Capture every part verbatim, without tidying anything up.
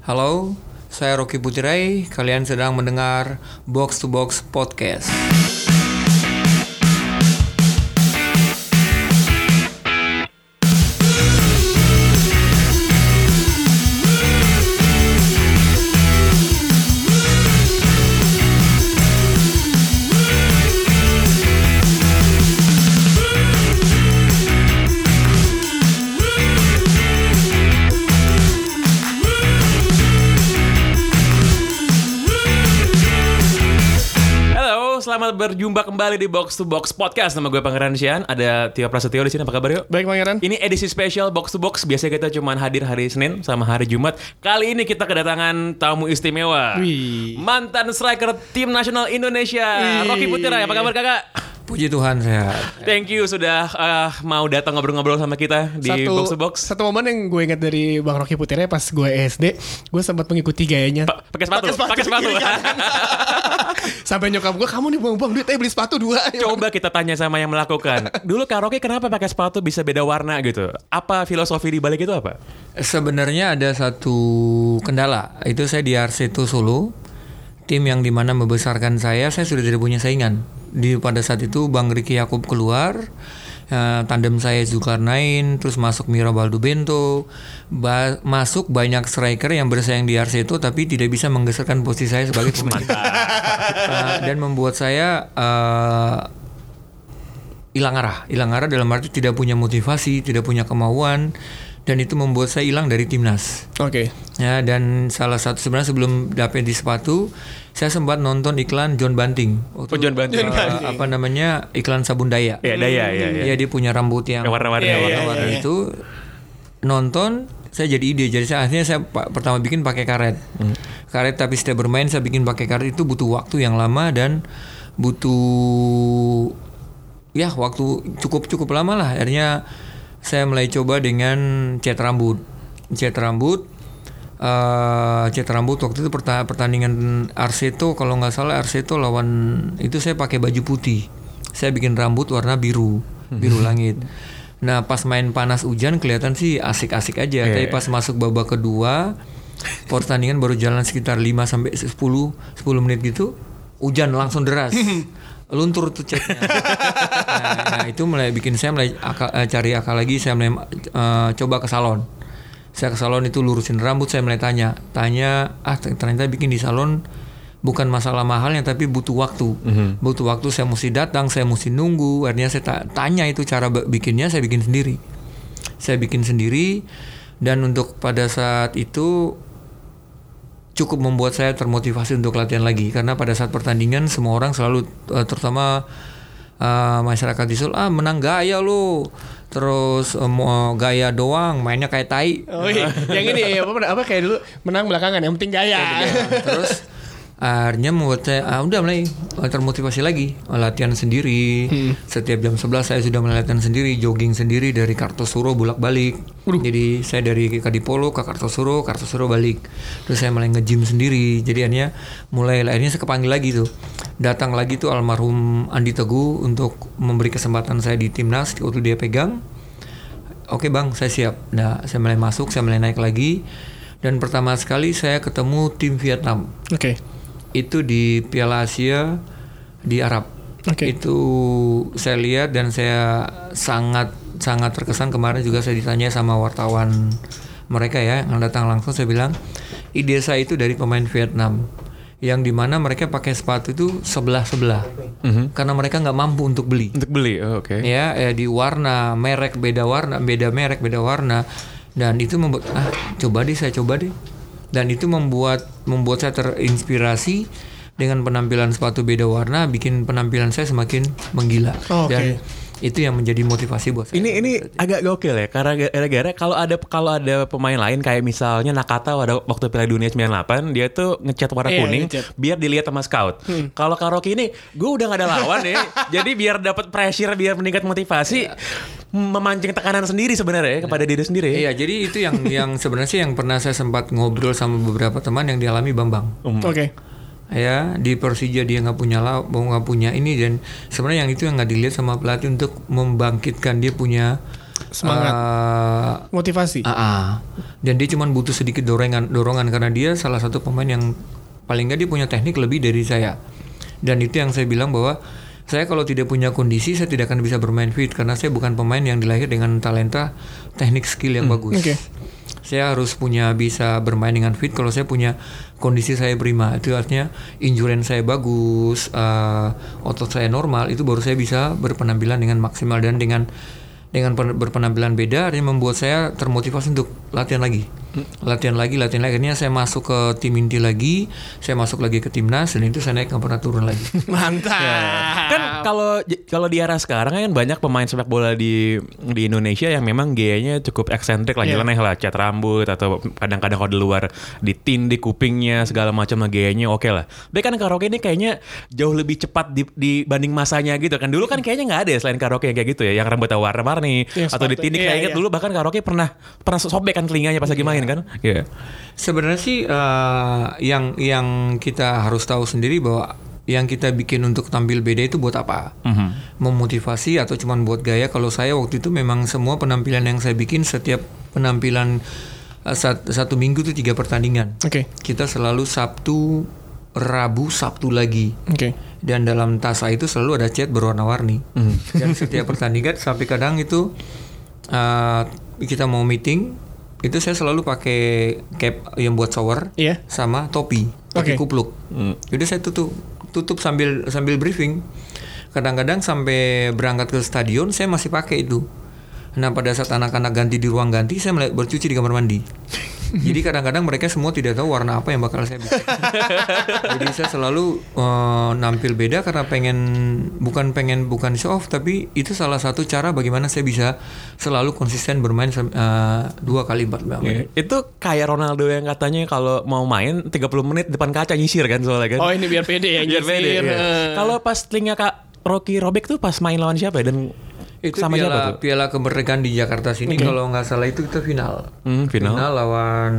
Halo, saya Rocky Putirai. Kalian sedang mendengar Box to Box Podcast. Selamat berjumpa kembali di Box to Box Podcast. Nama gue Pangeran Sian. Ada Tio Prasetyo di sini. Apa kabar, yuk? Baik, Pangeran. Ini edisi spesial Box to Box. Biasanya kita cuma hadir hari Senin sama hari Jumat. Kali ini kita kedatangan tamu istimewa. Wih. Mantan striker tim nasional Indonesia, Wih. Rocky Putirai. Apa kabar, Kakak? Puji Tuhan sehat. Thank you sudah uh, mau datang ngobrol-ngobrol sama kita di satu, Box to Box. Satu momen yang gue ingat dari Bang Rocky Putirai pas gue S D, gue sempat mengikuti gayanya. Pa- Pakai sepatu, pakai sepatu. Sampai nyokap gue, kamu nih buang-buang duit, eh beli sepatu dua. Coba kita tanya sama yang melakukan. Dulu Kak Rocky kenapa pakai sepatu bisa beda warna gitu? Apa filosofi di balik itu apa? Sebenarnya ada satu kendala. Itu saya di R C T U Solo, tim yang dimana membesarkan saya. Saya sudah tidak punya saingan. Di pada saat itu Bang Ricky Yaakob keluar, uh, tandem saya Zulkarnain, terus masuk Mirabaldo Bento, ba- masuk banyak striker yang bersaing di R C T U tapi tidak bisa menggeserkan posisi saya sebagai pemain. uh, dan membuat saya uh, hilang arah, hilang arah dalam arti tidak punya motivasi, tidak punya kemauan. Dan itu membuat saya hilang dari timnas. Oke. Okay. Ya, dan salah satu sebenarnya sebelum dapet di sepatu, saya sempat nonton iklan John Banting. Oh, John Banting. Uh, apa namanya? Iklan sabun Daya. Ya, Daya, ya, ya. Ya, dia punya rambut yang warna-warni ya, ya, warna-warni ya, ya. itu. Nonton, saya jadi ide. Jadi saya akhirnya saya pa- pertama bikin pakai karet. Hmm. Karet tapi setiap bermain saya bikin pakai karet itu butuh waktu yang lama dan butuh ya waktu cukup-cukup lama lah. Akhirnya saya mulai coba dengan cat rambut, cat rambut, uh, cat rambut waktu itu perta- pertandingan R C T O kalau nggak salah R C T O lawan itu saya pakai baju putih, saya bikin rambut warna biru, biru langit. Nah pas main panas hujan kelihatan sih asik-asik aja, yeah. Tapi pas masuk babak kedua, pertandingan baru jalan sekitar lima sampai sepuluh menit gitu, hujan langsung deras. Luntur tuh catnya. nah, nah itu mulai bikin saya mulai akal, uh, cari akal lagi. Saya mulai uh, coba ke salon. Saya ke salon itu lurusin rambut. Saya mulai tanya, tanya. Ah ternyata bikin di salon bukan masalah mahalnya, tapi butuh waktu. Mm-hmm. Butuh waktu. Saya mesti datang, saya mesti nunggu. Akhirnya saya ta- tanya itu cara bikinnya. Saya bikin sendiri. Saya bikin sendiri. Dan untuk pada saat itu cukup membuat saya termotivasi untuk latihan lagi, karena pada saat pertandingan semua orang selalu uh, terutama uh, masyarakat di Solo, ah menang gaya lo, terus uh, mau gaya doang, mainnya kayak tai. Oh iya, yang ini ya, apa, apa kayak dulu menang belakangan, yang penting gaya. Terus akhirnya membuat saya ah, udah mulai termotivasi lagi latihan sendiri. Hmm. Setiap jam sebelas saya sudah latihan sendiri, jogging sendiri dari Kartosuro bolak-balik. Uh. Jadi saya dari Kadipolo ke Kartosuro, Kartosuro balik. Terus saya mulai nge-gym sendiri. Jadi akhirnya mulai akhirnya saya kepanggil lagi tuh. Datang lagi tuh almarhum Andi Teguh untuk memberi kesempatan saya di timnas waktu dia pegang. Oke bang, saya siap. Nah, saya mulai masuk, saya mulai naik lagi. Dan pertama sekali saya ketemu tim Vietnam. Oke. Okay. Itu di Piala Asia di Arab. Okay. Itu saya lihat dan saya sangat sangat terkesan. Kemarin juga saya ditanya sama wartawan mereka ya yang datang langsung, saya bilang ide saya itu dari pemain Vietnam yang dimana mereka pakai sepatu itu sebelah sebelah mm-hmm. karena mereka nggak mampu untuk beli. Untuk beli, oh, oke. Okay. Ya, ya di warna merek beda warna beda merek beda warna dan itu membuat ah coba deh saya coba deh. Dan itu membuat membuat saya terinspirasi dengan penampilan sepatu beda warna, bikin penampilan saya semakin menggila. Oh, okay. Dan itu yang menjadi motivasi buat saya. Ini ini agak gokil ya, karena gara-gara kalau ada kalau ada pemain lain kayak misalnya Nakata pada waktu Piala Dunia sembilan puluh delapan, dia tuh ngecat warna yeah, kuning nge-cat. Biar dilihat sama scout. Hmm. Kalau Kak Rocky ini, gue udah gak ada lawan ya, jadi biar dapat pressure, biar meningkat motivasi. Yeah. Memancing tekanan sendiri sebenarnya ya, kepada diri sendiri. Iya, jadi itu yang yang sebenarnya yang pernah saya sempat ngobrol sama beberapa teman yang dialami Bambang. Um. Oke. Okay. Ya di Persija dia nggak punya law, nggak punya ini, dan sebenarnya yang itu yang nggak dilihat sama pelatih untuk membangkitkan dia punya Semangat. Uh, Motivasi. Uh, uh. Dan dia cuma butuh sedikit dorongan, dorongan karena dia salah satu pemain yang paling nggak dia punya teknik lebih dari saya. Dan itu yang saya bilang bahwa saya kalau tidak punya kondisi saya tidak akan bisa bermain fit karena saya bukan pemain yang dilahir dengan talenta teknik skill yang hmm. bagus. Okay. Saya harus punya bisa bermain dengan fit kalau saya punya kondisi saya prima. Itu artinya endurance saya bagus, uh, otot saya normal, itu baru saya bisa berpenampilan dengan maksimal dan dengan dengan berpenampilan beda artinya membuat saya termotivasi untuk latihan lagi. Latihan lagi, latihan lagi. Akhirnya saya masuk ke tim inti lagi, saya masuk lagi ke timnas dan itu saya naik nggak pernah turun lagi. Mantap. Ya. Kan kalau kalau di era sekarang kan banyak pemain sepak bola di di Indonesia yang memang gayanya cukup eksentrik lah, yeah. Nyeleneh lah, cat rambut atau kadang-kadang kalau di luar ditindik kupingnya segala macam lah gayanya oke okay lah. Tapi kan karaoke ini kayaknya jauh lebih cepat di, dibanding masanya gitu kan. Dulu kan kayaknya nggak ada ya selain karaoke yang kayak gitu ya, yang rambutnya warna-warni yeah, atau ditindik kayak iya, gitu. Dulu bahkan karaoke pernah pernah sobek kan telinganya pas lagi main. Kan? Yeah. Sebenarnya sih uh, yang yang kita harus tahu sendiri bahwa yang kita bikin untuk tampil beda itu buat apa? Mm-hmm. Memotivasi atau cuma buat gaya? Kalau saya waktu itu memang semua penampilan yang saya bikin setiap penampilan uh, sat, satu minggu itu tiga pertandingan. Okay. Kita selalu Sabtu, Rabu, Sabtu lagi. Okay. Dan dalam tas itu selalu ada cat berwarna-warni. Mm. Dan setiap pertandingan sampai kadang itu uh, kita mau meeting. Itu saya selalu pakai cap yang buat shower, yeah. sama topi, topi okay. kupluk. Hmm. Jadi saya tutup, tutup sambil sambil briefing. Kadang-kadang sampai berangkat ke stadion saya masih pakai itu. Nah pada saat anak-anak ganti di ruang ganti, saya mulai bercuci di kamar mandi. Jadi kadang-kadang mereka semua tidak tahu warna apa yang bakal saya bikin. Jadi saya selalu uh, nampil beda karena pengen bukan pengen bukan show off, tapi itu salah satu cara bagaimana saya bisa selalu konsisten bermain uh, dua kali empat menit. Yeah. Itu kayak Ronaldo yang katanya kalau mau main tiga puluh menit depan kaca nyisir kan soalnya kan. Oh ini biar pede ya biar pede. Ya. Kalau pas telinga Kak Rocky robek tuh pas main lawan siapa ya? Dan itu sama piala, piala kemerdekaan di Jakarta sini okay. Kalau nggak salah itu kita final. Hmm, final. Final lawan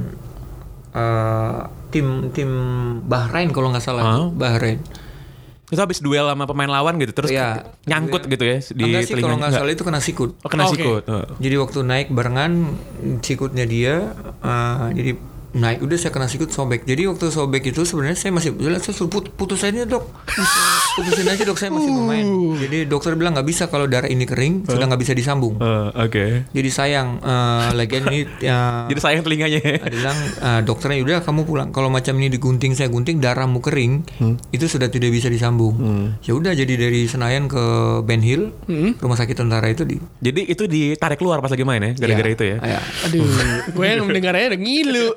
uh, tim tim Bahrain kalau nggak salah. Uh-huh. Bahrain. Itu habis duel sama pemain lawan gitu terus ya, nyangkut duel. Gitu ya di telinganya. Sih kalau nggak salah itu kena sikut. Oh, kena oh, sikut. Okay. Uh. Jadi waktu naik barengan sikutnya dia uh, jadi naik udah saya kena sikut sobek. Jadi waktu sobek itu sebenarnya saya masih saya suruh put, putus aja dok. Putusin aja dok, saya masih bermain. Jadi dokter bilang nggak bisa kalau darah ini kering uh. sudah nggak bisa disambung. Uh, Oke. Okay. Jadi sayang uh, lagian ini. Uh, Jadi sayang telinganya. Ada bilang uh, dokternya udah kamu pulang. Kalau macam ini digunting saya gunting darahmu kering hmm. itu sudah tidak bisa disambung. Hmm. Ya udah jadi dari Senayan ke Ben Hill hmm. rumah sakit tentara itu di. Jadi itu ditarik keluar pas lagi main ya gara-gara ya, itu ya. ya. Aduh, gue yang mendengarnya udah ngilu.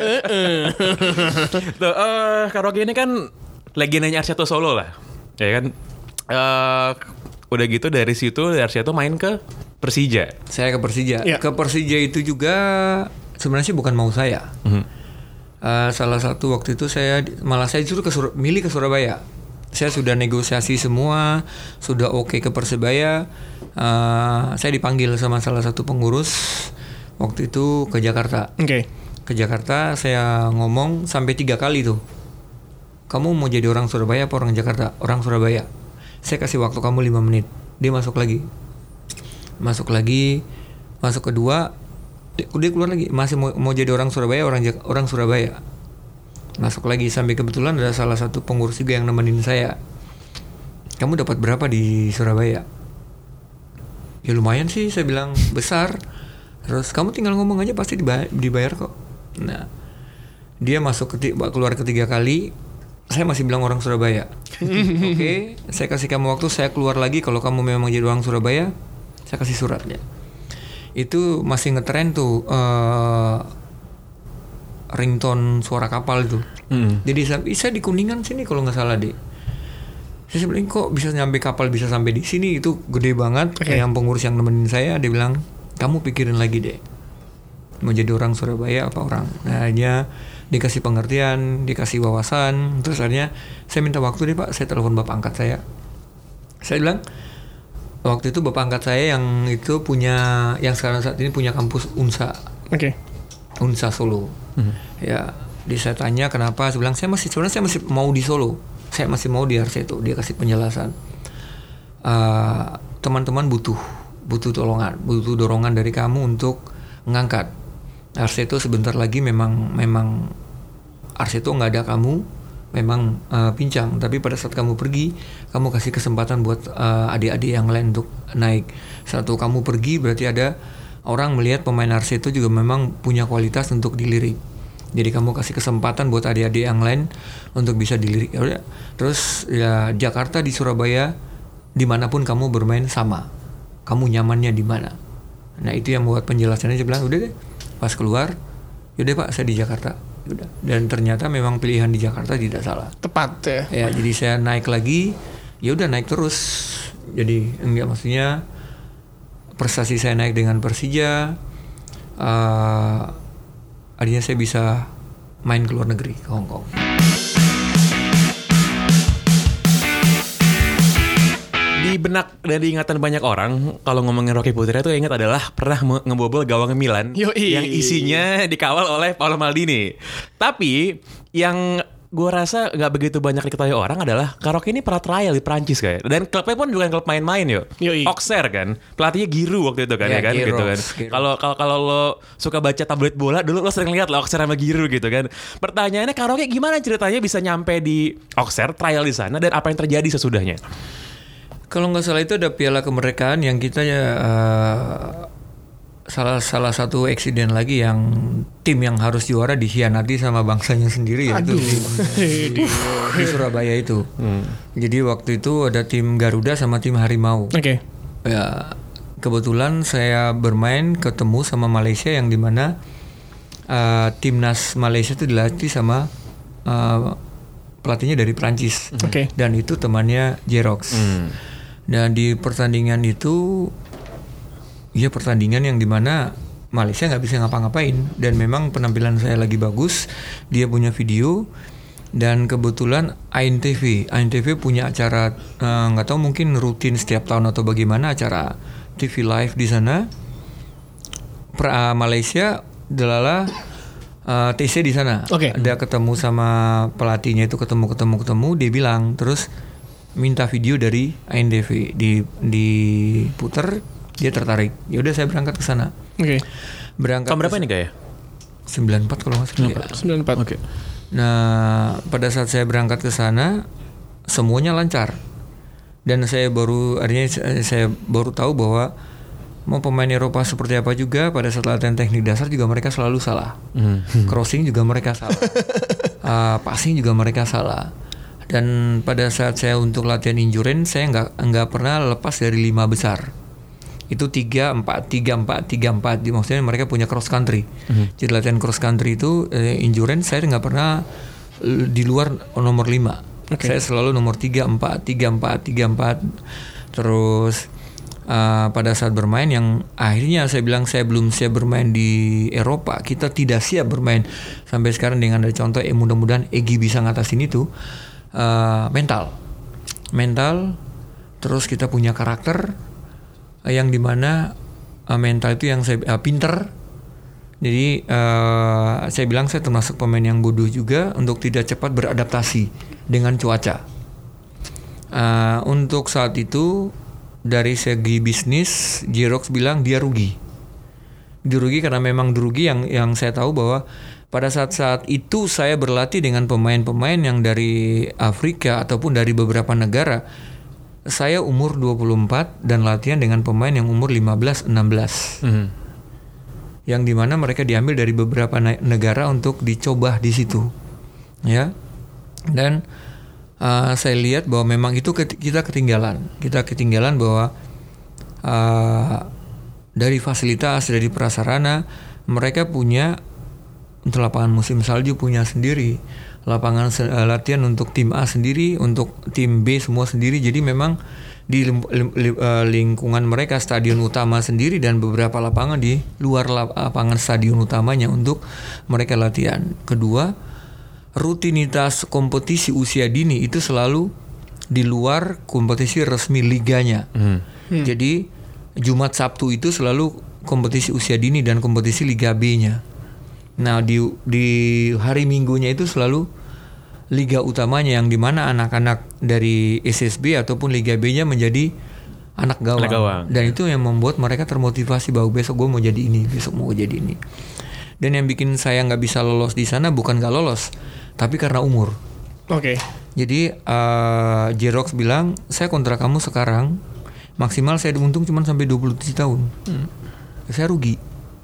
Tuh, uh, karaoke ini kan legendanya Arsyto Solo lah. Ya kan, uh, udah gitu dari situ dari Arsyto main ke Persija. Saya ke Persija. Ya. Ke Persija itu juga sebenarnya sih bukan mau saya. Mm-hmm. Uh, salah satu waktu itu saya malah saya justru ke Sur- milih ke Surabaya. Saya sudah negosiasi semua, sudah oke okay ke Persebaya. Uh, saya dipanggil sama salah satu pengurus waktu itu ke Jakarta. Oke. Okay. Ke Jakarta saya ngomong sampai tiga kali tuh. Kamu mau jadi orang Surabaya apa orang Jakarta? Orang Surabaya. Saya kasih waktu kamu lima menit. Dia masuk lagi. Masuk lagi. Masuk kedua. Dia keluar lagi. Masih mau, mau jadi orang Surabaya, orang orang Surabaya. Masuk lagi. Sampai kebetulan ada salah satu pengurus juga yang nemenin saya. Kamu dapat berapa di Surabaya? Ya lumayan sih, saya bilang besar. Terus kamu tinggal ngomong aja pasti dibayar, dibayar kok. Nah, dia masuk ke, keluar ketiga kali. Saya masih bilang orang Surabaya. Oke, okay, saya kasih kamu waktu, saya keluar lagi. Kalau kamu memang jadi orang Surabaya, saya kasih suratnya. Itu masih ngetren tuh uh, ringtone suara kapal itu. Mm. Jadi saya, saya di Kuningan sini kalau nggak salah deh. Saya bilang kok bisa nyampe kapal bisa sampai di sini, itu gede banget. Okay. Yang pengurus yang nemenin saya, dia bilang kamu pikirin lagi deh. Mau jadi orang Surabaya apa orang. Nah akhirnya dikasih pengertian, dikasih wawasan. Terus akhirnya saya minta waktu deh pak, saya telepon bapak angkat saya. Saya bilang waktu itu bapak angkat saya yang itu punya, yang sekarang saat ini punya kampus Unsa. Oke. Okay. Unsa Solo. Mm-hmm. Ya, dia saya tanya kenapa, saya bilang saya masih sebenarnya saya masih mau di Solo. Saya masih mau di Arsyto. Dia kasih penjelasan. Uh, teman-teman butuh butuh tolongan, butuh dorongan dari kamu untuk mengangkat. Arseto sebentar lagi memang memang Arseto nggak ada kamu, memang uh, pincang. Tapi pada saat kamu pergi, kamu kasih kesempatan buat uh, adik-adik yang lain untuk naik. Satu kamu pergi berarti ada orang melihat pemain Arseto juga memang punya kualitas untuk dilirik. Jadi kamu kasih kesempatan buat adik-adik yang lain untuk bisa dilirik. Ya, terus ya Jakarta di Surabaya dimanapun kamu bermain sama. Kamu nyamannya di mana? Nah itu yang buat penjelasannya. Saya bilang udah deh, pas keluar, yaudah Pak saya di Jakarta. Udah. Dan ternyata memang pilihan di Jakarta tidak salah. Tepat ya. Ya jadi saya naik lagi, ya udah naik terus. Jadi enggak maksudnya prestasi saya naik dengan Persija. Uh, artinya saya bisa main ke luar negeri, ke Hong Kong. Di benak dan diingatan banyak orang, kalau ngomongin Rocky Putera itu ingat adalah pernah ngebobol gawang Milan Yoi. yang isinya dikawal oleh Paolo Maldini. Tapi yang gue rasa nggak begitu banyak diketahui orang adalah Rocky ini pernah trial di Prancis kayak, dan klubnya pun bukan klub main-main yo. Yoi. Auxerre kan, pelatihnya Giroud waktu itu kan, ya, ya kan, Giroud, gitu kan. Kalau kalau kalau lo suka baca tabloid bola dulu lo sering lihat lo Auxerre sama Giroud gitu kan. Pertanyaannya Rocky gimana ceritanya bisa nyampe di Auxerre trial di sana dan apa yang terjadi sesudahnya? Kalau nggak salah itu ada Piala Kemerdekaan yang kita ya uh, salah salah satu eksiden lagi yang tim yang harus juara dikhianati sama bangsanya sendiri ya itu di, di, di Surabaya itu. Hmm. Jadi waktu itu ada tim Garuda sama tim Harimau. Oke. Okay. Ya kebetulan saya bermain ketemu sama Malaysia yang dimana uh, timnas Malaysia itu dilatih sama uh, pelatihnya dari Prancis. Oke. Okay. Dan itu temannya Jerox. Hmm. Dan di pertandingan itu, ya pertandingan yang dimana Malaysia nggak bisa ngapa-ngapain. Dan memang penampilan saya lagi bagus, dia punya video. Dan kebetulan A N T V, A N T V punya acara nggak uh, tahu mungkin rutin setiap tahun atau bagaimana acara T V live di sana. pra, uh, Malaysia adalah uh, T C di sana. Okay. Dia ketemu sama pelatihnya itu ketemu ketemu ketemu, dia bilang terus. Minta video dari A N T V di diputer, dia tertarik. Ya udah saya berangkat ke sana. Oke. Okay. Berangkat. Tahun berapa ini kayak? sembilan puluh empat kalau nggak salah. sembilan puluh empat. Oke. Okay. Nah, pada saat saya berangkat ke sana semuanya lancar. Dan saya baru artinya saya baru tahu bahwa mau pemain Eropa seperti apa juga pada saat latihan teknik dasar juga mereka selalu salah. Mm. Crossing juga mereka salah. uh, passing juga mereka salah. Dan pada saat saya untuk latihan endurance saya nggak nggak pernah lepas dari lima besar. Itu tiga empat tiga empat tiga empat. Maksudnya mereka punya cross country. Mm-hmm. Jadi latihan cross country itu eh, endurance saya nggak pernah eh, di luar nomor lima. Okay. Saya selalu nomor tiga empat tiga empat tiga empat. Terus uh, pada saat bermain yang akhirnya saya bilang saya belum siap bermain di Eropa. Kita tidak siap bermain sampai sekarang dengan ada contoh. Eh mudah-mudahan Egy bisa ngatasin itu. Uh, mental, mental, terus kita punya karakter uh, yang dimana uh, mental itu yang saya uh, pinter. Jadi uh, saya bilang saya termasuk pemain yang bodoh juga untuk tidak cepat beradaptasi dengan cuaca. Uh, untuk saat itu dari segi bisnis, Jerox bilang dia rugi. Dia rugi karena memang rugi yang yang saya tahu bahwa pada saat-saat itu saya berlatih dengan pemain-pemain yang dari Afrika ataupun dari beberapa negara. Saya umur dua puluh empat dan latihan dengan pemain yang umur lima belas enam belas. Mm-hmm. Yang dimana mereka diambil dari beberapa negara untuk dicoba di situ. Ya. Dan uh, saya lihat bahwa memang itu kita ketinggalan. Kita ketinggalan bahwa uh, dari fasilitas, dari prasarana mereka punya. Untuk lapangan musim salju punya sendiri, lapangan uh, latihan untuk tim A sendiri, untuk tim B semua sendiri. Jadi memang di lim, lim, lim, uh, lingkungan mereka stadion utama sendiri dan beberapa lapangan di luar lapangan stadion utamanya untuk mereka latihan. Kedua, rutinitas kompetisi usia dini itu selalu di luar kompetisi resmi liganya. Hmm. Hmm. Jadi Jumat Sabtu itu selalu kompetisi usia dini dan kompetisi Liga B-nya. Nah di di hari Minggunya itu selalu liga utamanya yang dimana anak-anak dari S S B ataupun Liga B-nya menjadi anak gawang. Anak gawang. Dan itu yang membuat mereka termotivasi bahwa besok gue mau jadi ini, besok mau jadi ini. Dan yang bikin saya nggak bisa lolos di sana bukan nggak lolos, tapi karena umur. Oke. Okay. Jadi uh, J-Rocks bilang, saya kontrak kamu sekarang maksimal saya untung cuma sampai dua puluh tujuh tahun. Hmm. Saya rugi.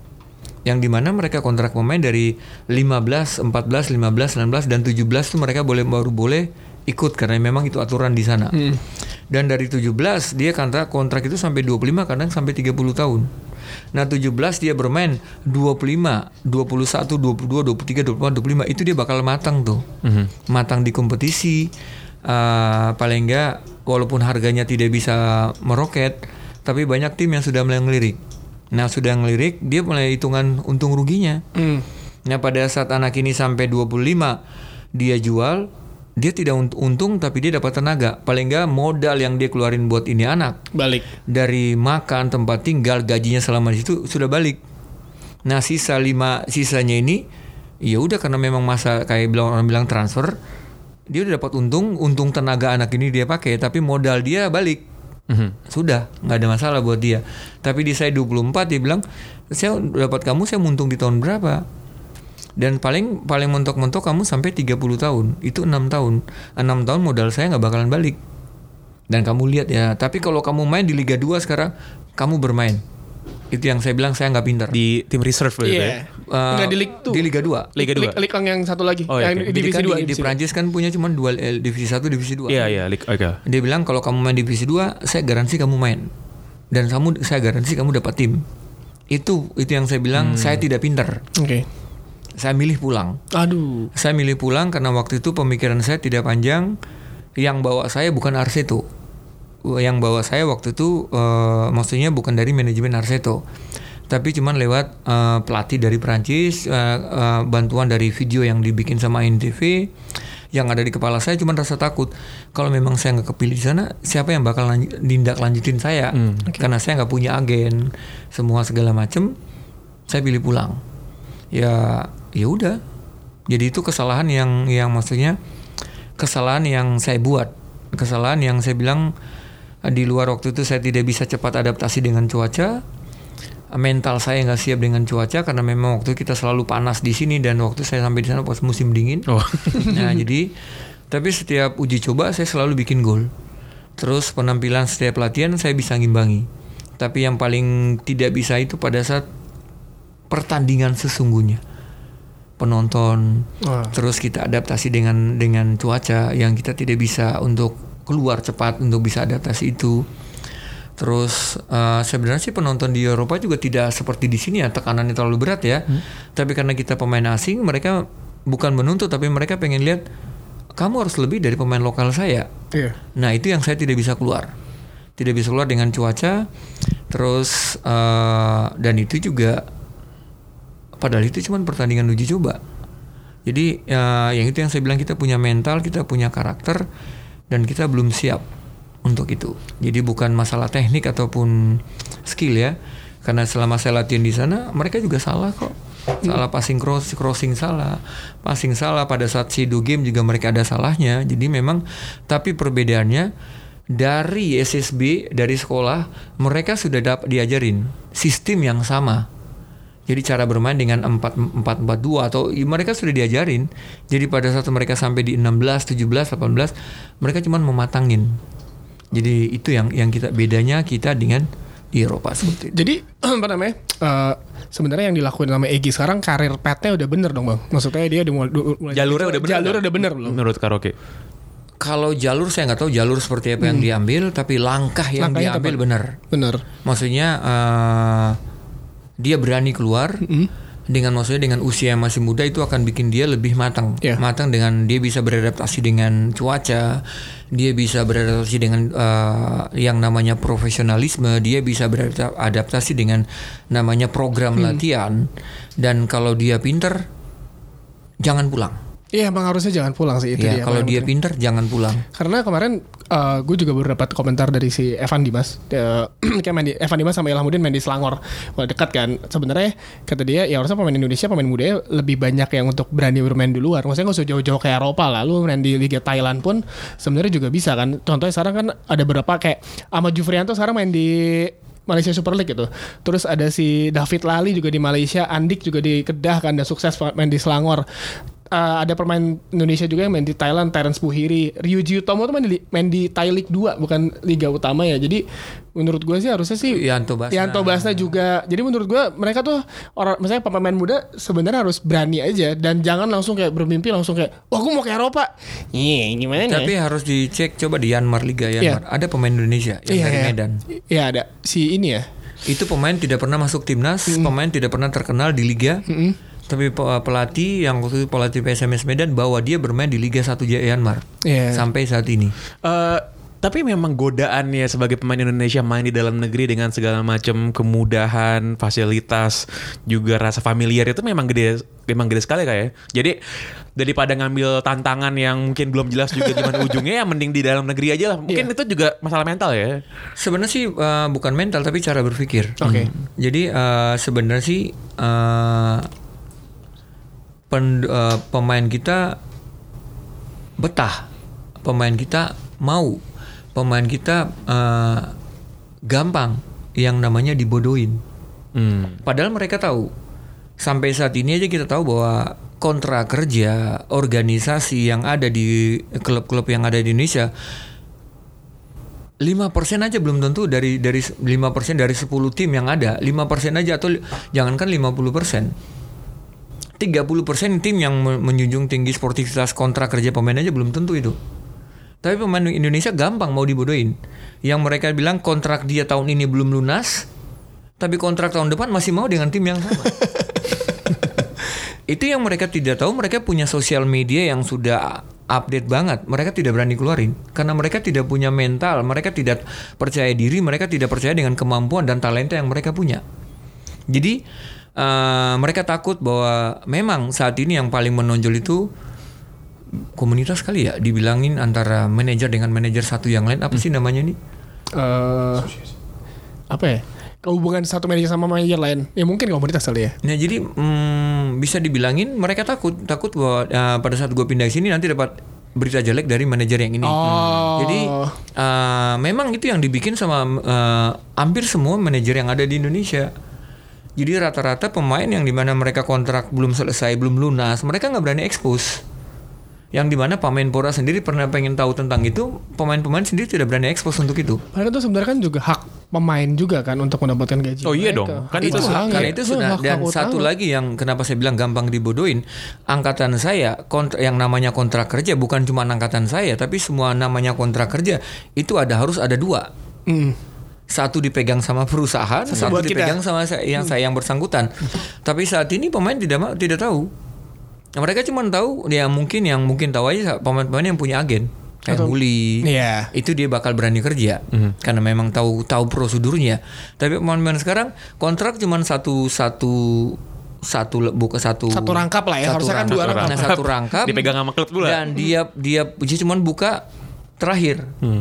Yang dimana mereka kontrak pemain dari lima belas, empat belas, lima belas, sembilan belas dan tujuh belas tuh mereka boleh baru boleh ikut karena memang itu aturan di sana. Hmm. Dan dari tujuh belas dia kontrak kontrak itu sampai dua puluh lima, kadang sampai tiga puluh tahun. Nah tujuh belas dia bermain dua puluh lima, dua puluh satu, dua puluh dua, dua puluh tiga, dua puluh empat, dua puluh lima itu dia bakal matang tuh. Hmm. Matang di kompetisi. Uh, paling enggak walaupun harganya tidak bisa meroket, tapi banyak tim yang sudah mulai ngelirik. Nah sudah ngelirik, dia mulai hitungan untung ruginya. Mm. Nah pada saat anak ini sampai dua puluh lima, dia jual, dia tidak untung tapi dia dapat tenaga. Paling enggak modal yang dia keluarin buat ini anak balik. Dari makan, tempat tinggal, gajinya selama di situ sudah balik. Nah sisa lima sisanya ini, ya udah karena memang masa kayak bilang orang bilang transfer, dia udah dapat untung, untung tenaga anak ini dia pakai, tapi modal dia balik. Mm-hmm. Sudah nggak ada masalah buat dia. Tapi di saya dua puluh empat dia bilang, saya dapat kamu, saya untung di tahun berapa? Dan paling paling mentok-mentok kamu sampai tiga puluh tahun, itu enam tahun. enam tahun modal saya nggak bakalan balik. Dan kamu lihat ya, tapi kalau kamu main di Liga dua sekarang, kamu bermain. Itu yang saya bilang saya nggak pintar. Di tim reserve begitu yeah. ya? Uh, Nggak di Liga dua. Di Liga dua. Liga dua. Liga yang satu lagi. Oh, yang okay. di divisi kan dua. Di, di Prancis kan punya cuma dua eh, divisi satu, divisi dua. Iya, iya. Oke. Okay. Dia bilang kalau kamu main divisi dua, saya garansi kamu main. Dan kamu, saya garansi kamu dapat tim. Itu itu yang saya bilang, hmm. saya tidak pintar. Oke. Okay. Saya milih pulang. Aduh. Saya milih pulang karena waktu itu pemikiran saya tidak panjang. Yang bawa saya bukan Arseto. Yang bawa saya waktu itu uh, maksudnya bukan dari manajemen Arseto, tapi cuman lewat uh, pelatih dari Prancis, uh, uh, bantuan dari video yang dibikin sama N T V. Yang ada di kepala saya cuman rasa takut kalau memang saya nggak kepilih di sana, siapa yang bakal lanjut, tindak lanjutin saya? Hmm. Okay. Karena saya nggak punya agen, semua segala macem. Saya pilih pulang. Ya, ya udah. Jadi itu kesalahan yang yang maksudnya kesalahan yang saya buat, kesalahan yang saya bilang di luar waktu itu saya tidak bisa cepat adaptasi dengan cuaca. Mental saya nggak siap dengan cuaca karena memang waktu kita selalu panas di sini dan waktu saya sampai di sana pas musim dingin. Oh. Nah jadi, tapi setiap uji coba saya selalu bikin gol. Terus penampilan setiap latihan saya bisa ngimbangi. Tapi yang paling tidak bisa itu pada saat pertandingan sesungguhnya. Penonton, oh. Terus kita adaptasi dengan dengan cuaca yang kita tidak bisa untuk keluar cepat untuk bisa adaptasi itu. Terus uh, sebenarnya sih penonton di Eropa juga tidak seperti di sini ya, tekanannya terlalu berat ya. Hmm. Tapi karena kita pemain asing, mereka bukan menuntut tapi mereka pengen lihat kamu harus lebih dari pemain lokal saya. Yeah. Nah itu yang saya tidak bisa keluar, tidak bisa keluar dengan cuaca. Terus uh, dan itu juga padahal itu cuma pertandingan uji coba. Jadi uh, yang itu yang saya bilang kita punya mental, kita punya karakter dan kita belum siap untuk itu. Jadi bukan masalah teknik ataupun skill ya. Karena selama saya latihan di sana, mereka juga salah kok. Salah passing cross, crossing salah, passing salah. Pada saat shadow game juga mereka ada salahnya. Jadi memang, tapi perbedaannya dari S S B, dari sekolah, mereka sudah dapat diajarin sistem yang sama. Jadi cara bermain dengan empat empat empat dua atau mereka sudah diajarin. Jadi pada saat mereka sampai di enam belas, tujuh belas, delapan belas, mereka cuma mematangin. Jadi itu yang yang kita bedanya kita dengan di Eropa seperti itu. Jadi apa namanya? Uh, sebenarnya yang dilakuin sama Egy sekarang karir petnya udah bener dong bang. Maksudnya dia udah mulai, mulai jalurnya udah bener. Jalurnya udah bener belum? Menurut Karaoke. Kalau jalur saya nggak tahu jalur seperti apa hmm. yang diambil, tapi langkah yang Langkahnya diambil tepat. benar. Benar. Maksudnya uh, dia berani keluar. Hmm. Dengan maksudnya dengan usia yang masih muda itu akan bikin dia lebih matang, yeah. matang dengan dia bisa beradaptasi dengan cuaca, dia bisa beradaptasi dengan uh, yang namanya profesionalisme, dia bisa beradaptasi dengan namanya program hmm. latihan, dan kalau dia pinter jangan pulang. Iya, emang harusnya jangan pulang sih itu ya, dia. Kalau dia pinter jangan pulang. Karena kemarin uh, gue juga baru dapat komentar dari si Evan Dimas. Uh, kayak main di, Evan Dimas sama Ilhamuddin main di Selangor. Wah dekat kan. Sebenarnya kata dia ya harusnya pemain Indonesia pemain mudanya lebih banyak yang untuk berani bermain di luar. Maksudnya nggak usah jauh-jauh kayak Eropa lah. Lu main di Liga Thailand pun sebenarnya juga bisa kan. Contohnya sekarang kan ada beberapa kayak Ahmad Jufrianto sekarang main di Malaysia Super League gitu. Terus ada si David Lali juga di Malaysia, Andik juga di Kedah kan, udah sukses main di Selangor. Uh, ada pemain Indonesia juga yang main di Thailand, Terence Puhiri, Ryuji Utomo tuh main di, main di Thai League dua bukan Liga Utama ya. Jadi menurut gue sih harusnya sih Yanto Basna. Yanto Basna juga. Jadi menurut gue mereka tuh orang misalnya pemain muda sebenarnya harus berani aja dan jangan langsung kayak bermimpi langsung kayak wah gue mau ke Eropa. Iya, gimana Tapi ya? harus dicek coba di Yanmar Liga Yanmar. Iya. Ada pemain Indonesia yang Iya, dari iya. Medan. Iya ada si ini ya. Itu pemain tidak pernah masuk timnas, mm. pemain tidak pernah terkenal di liga. Mm-mm. Tapi pelatih yang waktu itu pelatih P S M S Medan bawa dia bermain di Liga satu Myanmar Iya. sampai saat ini. Uh, tapi memang godaannya sebagai pemain Indonesia main di dalam negeri dengan segala macam kemudahan, fasilitas, juga rasa familiar itu memang gede, memang gede sekali kayak. Jadi daripada ngambil tantangan yang mungkin belum jelas juga gimana ujungnya, ya mending di dalam negeri aja lah. Mungkin Iya. itu juga masalah mental ya. Sebenarnya sih uh, bukan mental tapi cara berpikir. Oke. Hmm. Jadi uh, sebenarnya sih uh, pen, uh, pemain kita betah, pemain kita mau, pemain kita uh, gampang yang namanya dibodohin. Hmm. Padahal mereka tahu. Sampai saat ini aja kita tahu bahwa kontrak kerja organisasi yang ada di klub-klub yang ada di Indonesia lima persen aja belum tentu dari dari lima persen dari sepuluh tim yang ada, lima persen aja atau jangankan lima puluh persen. tiga puluh persen tim yang menjunjung tinggi sportivitas kontrak kerja pemain aja belum tentu itu. Tapi pemain Indonesia gampang mau dibodohin. Yang mereka bilang kontrak dia tahun ini belum lunas, tapi kontrak tahun depan masih mau dengan tim yang sama. Itu yang mereka tidak tahu, mereka punya sosial media yang sudah update banget. Mereka tidak berani keluarin karena mereka tidak punya mental, mereka tidak percaya diri, mereka tidak percaya dengan kemampuan dan talenta yang mereka punya. Jadi uh, mereka takut bahwa memang saat ini yang paling menonjol itu komunitas kali ya, dibilangin antara manajer dengan manajer satu yang lain. Apa sih namanya nih? Uh, apa ya? Hubungan satu manajer sama manajer lain. Ya mungkin komunitas kali ya. Nah jadi hmm, bisa dibilangin mereka takut takut bahwa uh, pada saat gue pindah ke sini nanti dapat berita jelek dari manajer yang ini. Oh. Jadi uh, memang itu yang dibikin sama uh, hampir semua manajer yang ada di Indonesia. Jadi rata-rata pemain yang dimana mereka kontrak belum selesai, belum lunas, mereka nggak berani expose. Yang dimana pemain Pora sendiri pernah pengen tahu tentang itu, pemain-pemain sendiri tidak berani expose untuk itu. Padahal itu sebenarnya kan juga hak pemain juga kan untuk mendapatkan gaji. Oh iya mereka. dong, kan itu itu hak, hak karena ya. itu sudah. hak- Dan hak satu utama. lagi yang kenapa saya bilang gampang dibodohin, angkatan saya kontrak, yang namanya kontrak kerja bukan cuma angkatan saya, tapi semua namanya kontrak kerja itu ada harus ada dua. Mm. Satu dipegang sama perusahaan, satu buat kita. dipegang sama saya, yang saya yang bersangkutan. Tapi saat ini pemain tidak ma- tidak tahu. Nah, mereka cuma tahu ya mungkin yang mungkin tahu aja pemain-pemain yang punya agen kayak Atau- Muli. Iya. Itu dia bakal berani kerja karena memang tahu tahu prosedurnya. Tapi pemain-pemain sekarang kontrak cuma satu satu satu buka satu Satu rangkap lah ya, satu harusnya kan dua rangkap. rangkap. Nah, satu rangkap Dipegang sama klub dulu. dan dia dia dia cuma buka terakhir. Hmm.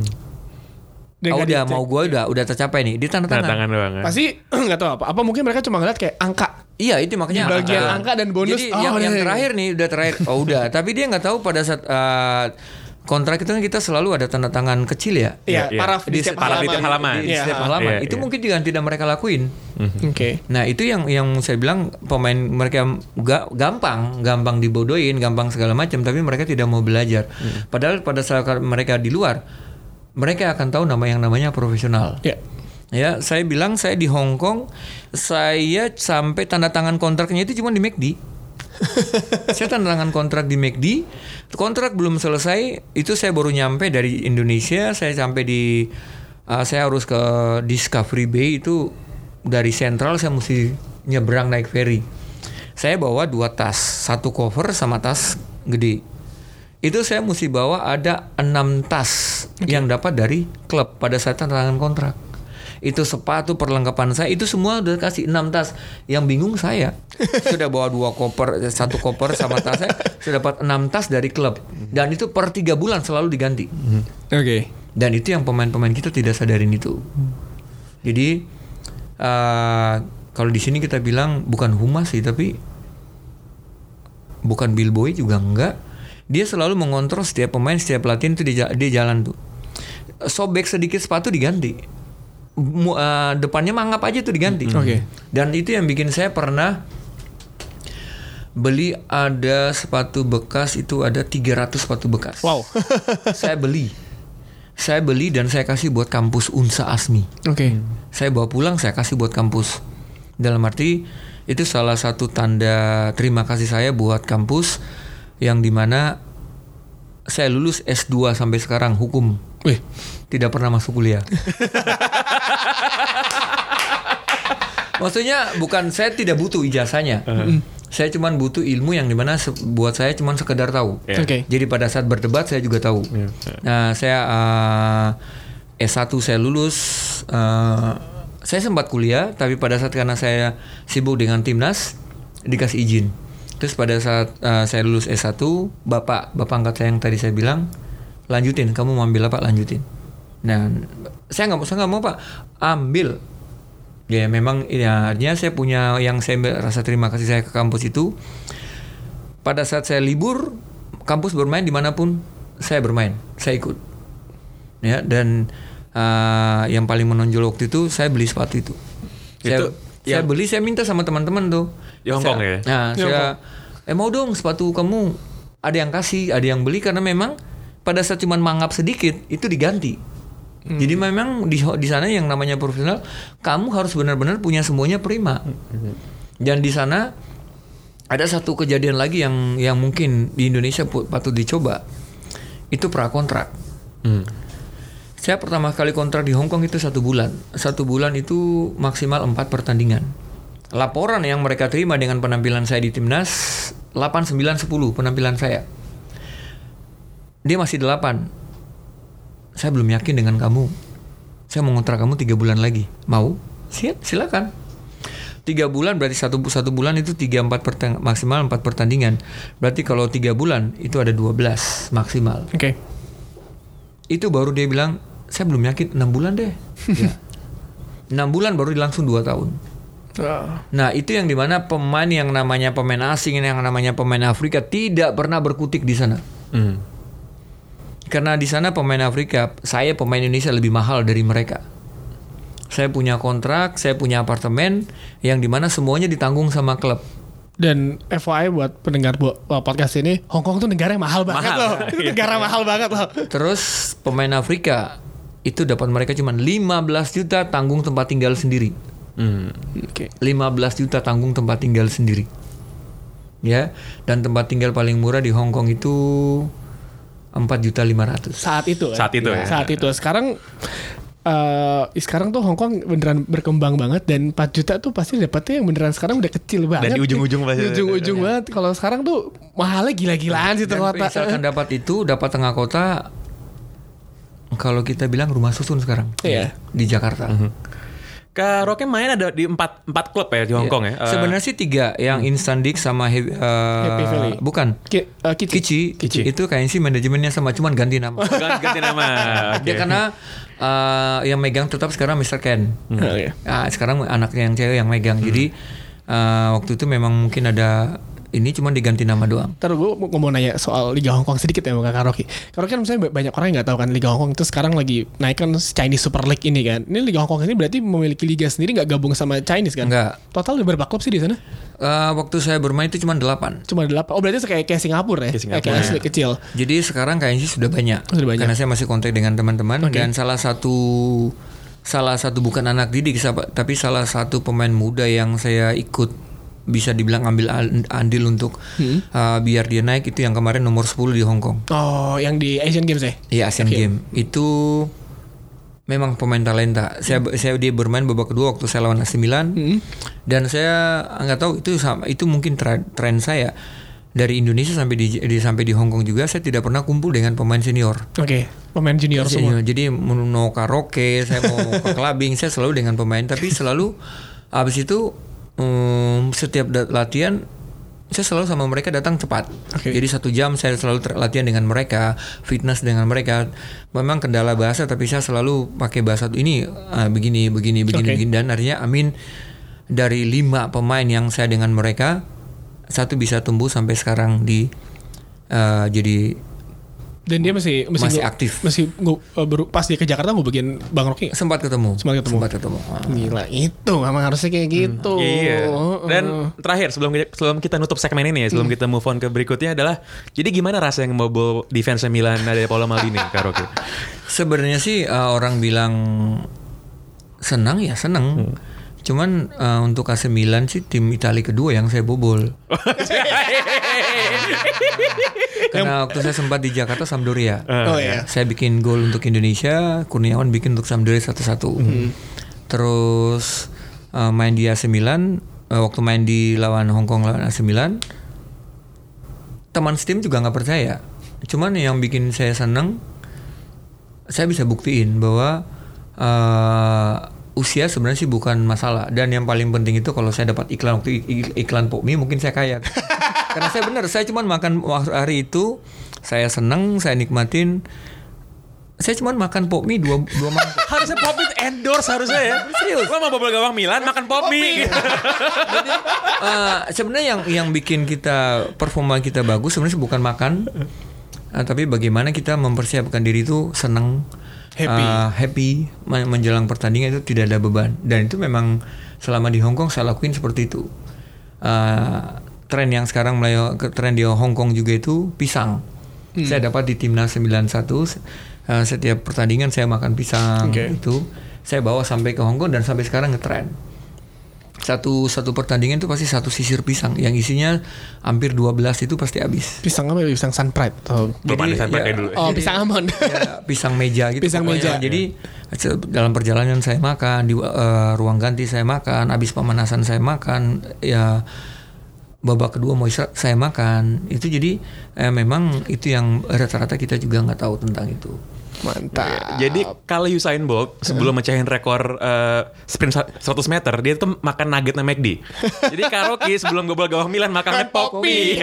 Dia Oh, nggak udah dicek. mau gue udah udah tercapai nih di tanda Tanda tangan. tangan doang. Ya. Pasti nggak tahu apa. Apa mungkin mereka cuma ngeliat kayak angka. Iya itu makanya Di bagian angka. angka dan bonus, Jadi oh, yang, yang iya, iya. terakhir nih udah terakhir. Oh udah. Tapi dia nggak tahu pada saat uh, kontrak itu kan kita selalu ada tanda tangan kecil ya. Iya, Iya. paraf di setiap paraf di halaman. tiap halaman. Di, di Iya. setiap halaman. Iya, itu iya. mungkin juga tidak mereka lakuin. Oke. Nah itu yang yang saya bilang pemain mereka ga, gampang, gampang dibodohin, gampang segala macam. Tapi mereka tidak mau belajar. Padahal pada saat mereka di luar, mereka akan tahu nama yang namanya profesional. Ya. Ya, saya bilang saya di Hong Kong, saya sampai tanda tangan kontraknya itu cuma di McD. Saya tanda tangan kontrak di McD, kontrak belum selesai, itu saya baru nyampe dari Indonesia, saya sampai di, uh, saya harus ke Discovery Bay itu dari Central saya mesti nyebrang naik ferry. Saya bawa dua tas, satu cover sama tas gede. Itu saya mesti bawa ada enam tas yang dapat dari klub pada saat tanda tangan kontrak. Itu sepatu perlengkapan saya itu semua udah kasih enam tas. Yang bingung saya sudah bawa dua koper, satu koper sama tas saya sudah dapat enam tas dari klub dan itu per tiga bulan selalu diganti. Oke. Dan itu yang pemain-pemain kita tidak sadarin itu. Jadi uh, kalau di sini kita bilang bukan humas sih, tapi bukan billboy juga enggak. Dia selalu mengontrol setiap pemain, setiap latihan itu dia, dia jalan tuh. Sobek sedikit sepatu diganti. Uh, depannya mangap aja tuh diganti. Oke. Okay. Dan itu yang bikin saya pernah beli ada sepatu bekas, itu ada tiga ratus sepatu bekas. Wow. Saya beli. Saya beli dan saya kasih buat kampus Unsa Asmi. Oke. Okay. Saya bawa pulang, saya kasih buat kampus. Dalam arti itu salah satu tanda terima kasih saya buat kampus yang dimana saya lulus S dua sampai sekarang hukum. Wih, tidak pernah masuk kuliah. Maksudnya bukan saya tidak butuh ijazahnya. Uh. Saya cuma butuh ilmu yang dimana se- buat saya cuma sekedar tahu. Yeah. Okay. Jadi pada saat berdebat saya juga tahu. Yeah. Nah, saya uh, S satu saya lulus, uh, saya sempat kuliah, tapi pada saat karena saya sibuk dengan timnas dikasih izin. Terus pada saat uh, saya lulus S satu, bapak bapak angkat saya yang tadi saya bilang, lanjutin, kamu mau ambil apa, lanjutin. Nah, saya nggak mau, saya nggak mau pak, ambil. Ya memang ya, artinya saya punya yang saya rasa terima kasih saya ke kampus itu. Pada saat saya libur, kampus bermain dimanapun, saya bermain, saya ikut. Ya, dan uh, yang paling menonjol waktu itu saya beli sepatu itu. Saya, saya beli, saya minta sama teman-teman tuh. Di Hong Kong ya? Nah, Di saya, eh mau dong sepatu kamu. Ada yang kasih, ada yang beli karena memang pada saat cuma mangap sedikit itu diganti. Hmm. Jadi memang di di sana yang namanya profesional, kamu harus benar-benar punya semuanya prima. Hmm. Dan di sana ada satu kejadian lagi yang yang mungkin di Indonesia patut dicoba. Itu pra kontrak. Hmm. Saya pertama kali kontrak di Hong Kong itu satu bulan. Satu bulan itu maksimal empat pertandingan. Laporan yang mereka terima dengan penampilan saya di timnas delapan, sembilan, sepuluh penampilan saya. Dia masih delapan. Saya belum yakin dengan kamu. Saya mau ngontrak kamu tiga bulan lagi. Mau? Siap, silakan. Tiga bulan berarti satu satu bulan itu tiga empat pertang, maksimal empat pertandingan. Berarti kalau tiga bulan itu ada dua belas maksimal. Oke. Okay. Itu baru dia bilang, saya belum yakin enam bulan deh. Ya. enam bulan baru langsung dua tahun. Nah itu yang dimana pemain yang namanya pemain asing, yang namanya pemain Afrika tidak pernah berkutik di sana. Hmm. Karena di sana pemain Afrika, saya pemain Indonesia lebih mahal dari mereka. Saya punya kontrak, saya punya apartemen yang dimana semuanya ditanggung sama klub. Dan F Y I buat pendengar bu, podcast ini, Hong Kong tuh negara yang mahal banget mahal. loh. Negara mahal banget loh. Terus pemain Afrika itu dapat mereka cuma lima belas juta tanggung tempat tinggal sendiri. Hmm. Okay. lima belas juta tanggung tempat tinggal sendiri. Ya, dan tempat tinggal paling murah di Hong Kong itu empat juta lima ratus. Saat itu kan? Saat itu ya. Saat itu. Sekarang uh, sekarang tuh Hong Kong beneran berkembang banget dan empat juta tuh pasti dapetnya yang beneran sekarang udah kecil banget. Dan di ujung-ujung pasti. Di ujung-ujung banget. Kalau sekarang tuh mahalnya gila-gilaan sih tengah kota. Misalkan dapat itu, dapat tengah kota, kalau kita bilang rumah susun sekarang. Iya. Di Jakarta. Mm-hmm. Kak Roke main ada di empat empat klub ya di Hong Kong ya. Uh, Sebenarnya sih tiga, yang hmm. Instant Dix sama Happy, uh, Happy Valley. Bukan. Ki, uh, Kici. Kici. Kici. Itu kayaknya sih manajemennya sama, cuman ganti nama. ganti nama. Okay. Dia karena uh, yang megang tetap sekarang mister Ken. Hmm. Oh, iya. Nah, sekarang anaknya yang cewek yang megang. Hmm. Jadi uh, waktu itu memang mungkin ada ini cuma diganti nama doang. Terus gue mau nanya soal Liga Hong Kong sedikit ya sama Kak Rocky. Karena kan misalnya banyak orang yang nggak tahu kan Liga Hong Kong itu sekarang lagi naik kan Chinese Super League ini kan. Ini Liga Hong Kong ini berarti memiliki liga sendiri, nggak gabung sama Chinese kan? Enggak. Total ada berapa klub sih di sana? Uh, waktu saya bermain itu cuma delapan. Cuma delapan. Oh berarti kayak kayak Singapura ya? Kayak Singapura. Kayak asli kecil. Jadi sekarang kayaknya sih sudah banyak. Sudah banyak. Karena saya masih kontak dengan teman-teman okay. Dan salah satu salah satu bukan anak didik tapi salah satu pemain muda yang saya ikut bisa dibilang ambil andil untuk hmm. uh, biar dia naik itu yang kemarin nomor sepuluh di Hong Kong. Oh, yang di Asian Games ya? Iya, Asian okay. Games. Itu memang pemain talenta. Saya hmm. saya dia bermain babak kedua waktu saya lawan A C Milan. Hmm. Dan saya nggak tahu itu sama itu mungkin tren, tren saya dari Indonesia sampai di, di sampai di Hong Kong juga saya tidak pernah kumpul dengan pemain senior. Oke, okay. Pemain junior senior. semua. Jadi mau karaoke, saya mau ke clubbing, saya selalu dengan pemain tapi selalu habis itu Um, setiap latihan saya selalu sama mereka datang cepat. Okay. Jadi satu jam saya selalu ter- latihan dengan mereka, fitness dengan mereka. Memang kendala bahasa, tapi saya selalu pakai bahasa ini uh, begini, begini, begini, Okay. begini. Dan artinya Amin dari lima pemain yang saya dengan mereka, satu bisa tumbuh sampai sekarang di uh, jadi Dan dia masih masih, Masih ngu- aktif. Masih ngu- uh, baru pas dia ke Jakarta gue bagian Bang Rocky. sempat ketemu. Sempat ketemu. Sempat ketemu. Ah. Gila itu memang harusnya kayak gitu. Iya. Uh-uh. Dan terakhir sebelum kita, sebelum kita nutup segmen ini ya, sebelum kita move on ke berikutnya adalah, jadi gimana rasa yang membobol defense Milan ada Paolo Maldini, Kak Rocky? Sebenarnya sih uh, orang bilang senang ya senang. Hmm. Cuman uh, untuk A C Milan sih tim Italia kedua yang saya bobol. Karena waktu saya sempat di Jakarta Sampdoria. Oh iya. Saya bikin gol untuk Indonesia, Kurniawan bikin untuk Sampdoria satu satu. Terus uh, main di A C Milan, uh, waktu main di lawan Hong Kong lawan A C Milan, teman setim juga nggak percaya. Cuman yang bikin saya senang, saya bisa buktiin bahwa uh, usia sebenarnya sih bukan masalah. Dan yang paling penting itu kalau saya dapat iklan waktu ik- iklan Popmi, mungkin saya kaya. Karena saya benar, saya cuma makan hari itu, saya senang, saya nikmatin. Saya cuma makan Popmi dua dua mangkok. Harusnya Popmi endorse harusnya ya. Serius. Lo mau bobol gawang Milan makan Popmi. Jadi uh, sebenarnya yang yang bikin kita performa kita bagus sebenarnya bukan makan, uh, tapi bagaimana kita mempersiapkan diri itu senang, Happy. uh, happy men- menjelang pertandingan itu tidak ada beban. Dan itu memang selama di Hong Kong saya lakuin seperti itu. Uh, tren yang sekarang mulai tren di Hong Kong juga itu pisang. Hmm. Saya dapat di Timnas sembilan satu uh, setiap pertandingan saya makan pisang. Okay. Itu saya bawa sampai ke Hong Kong dan sampai sekarang ngetren. Satu satu pertandingan itu pasti satu sisir pisang yang isinya hampir dua belas itu pasti habis. Pisang apa? Pisang Sun Pride. Oh, Belum ada sampai ya, kayak dulu. oh pisang almond. ya, pisang meja gitu. Pisang pokoknya. meja. Jadi dalam perjalanan saya makan, di uh, ruang ganti saya makan, habis pemanasan saya makan, ya babak kedua mau istirahat saya makan. Itu jadi eh, memang itu yang rata-rata kita juga nggak tahu tentang itu. Mantap. Jadi kalau Usain Bolt sebelum mencahin rekor uh, sprint seratus meter, dia tuh makan nuggetnya McD. Jadi Kak Rocky sebelum bobol gawang Milan makan Popmi.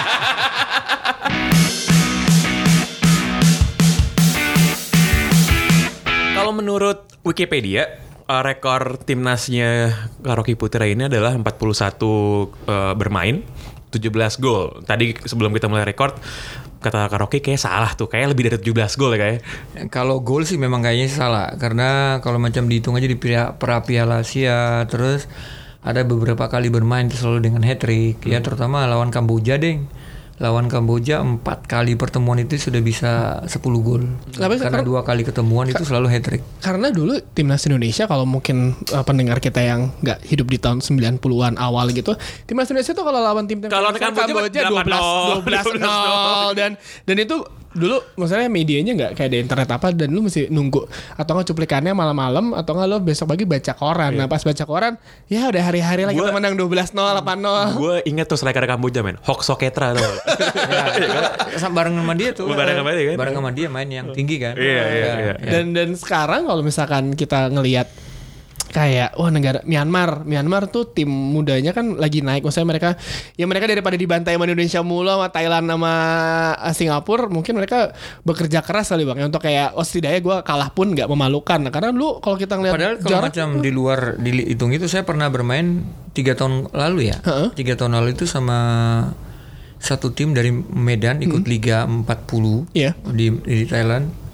Kalau menurut Wikipedia, uh, rekor timnasnya Kak Rocky Putra ini adalah empat puluh satu uh, bermain, tujuh belas gol. Tadi sebelum kita mulai rekord, kata Kak Rocky kayak salah tuh, kayak lebih dari tujuh belas gol ya kayak. Kalau gol sih memang kayaknya salah, karena kalau macam dihitung aja di Piala- pra Piala Asia, terus ada beberapa kali bermain itu selalu dengan hat trick, hmm. ya terutama lawan Kamboja deh. Lawan Kamboja empat kali pertemuan itu sudah bisa sepuluh gol. Tapi Karena sekarang- dua kali ketemuan itu selalu hat trick. Karena dulu timnas Indonesia, kalau mungkin uh, pendengar kita yang nggak hidup di tahun sembilan puluhan awal gitu, timnas Indonesia tuh kalau lawan tim-tim Kalau Kamboja, Kamboja dua belas dua belas nol dan dan itu dulu maksudnya medianya nggak kayak ada internet apa, dan lu mesti nunggu atau nggak cuplikannya malam-malam atau nggak lo besok pagi baca koran. Nah pas baca koran ya udah hari-hari lah kita Gua- menang dua belas nol delapan nol. Gue inget tuh striker Kamboja men, Hok Soketra tuh. Ya, sama bareng sama dia tuh. Bareng sama dia kan? Bareng sama dia main yang tinggi kan. Iya, iya, Ya, iya. ya. Dan dan sekarang kalau misalkan kita ngelihat kayak wah negara Myanmar, Myanmar tuh tim mudanya kan lagi naik. Maksudnya mereka ya mereka daripada dibantai sama Indonesia mulu, sama Thailand, sama Singapura, mungkin mereka bekerja keras kali bang ya, untuk kayak oh setidaknya gue kalah pun nggak memalukan. Nah, karena lu kalau kita ngelihat Padahal kalau jarak, macam di luar dihitung itu saya pernah bermain tiga tahun lalu ya. Heeh. Tiga tahun lalu itu sama satu tim dari Medan ikut Liga empat puluh Iya. di, di Thailand.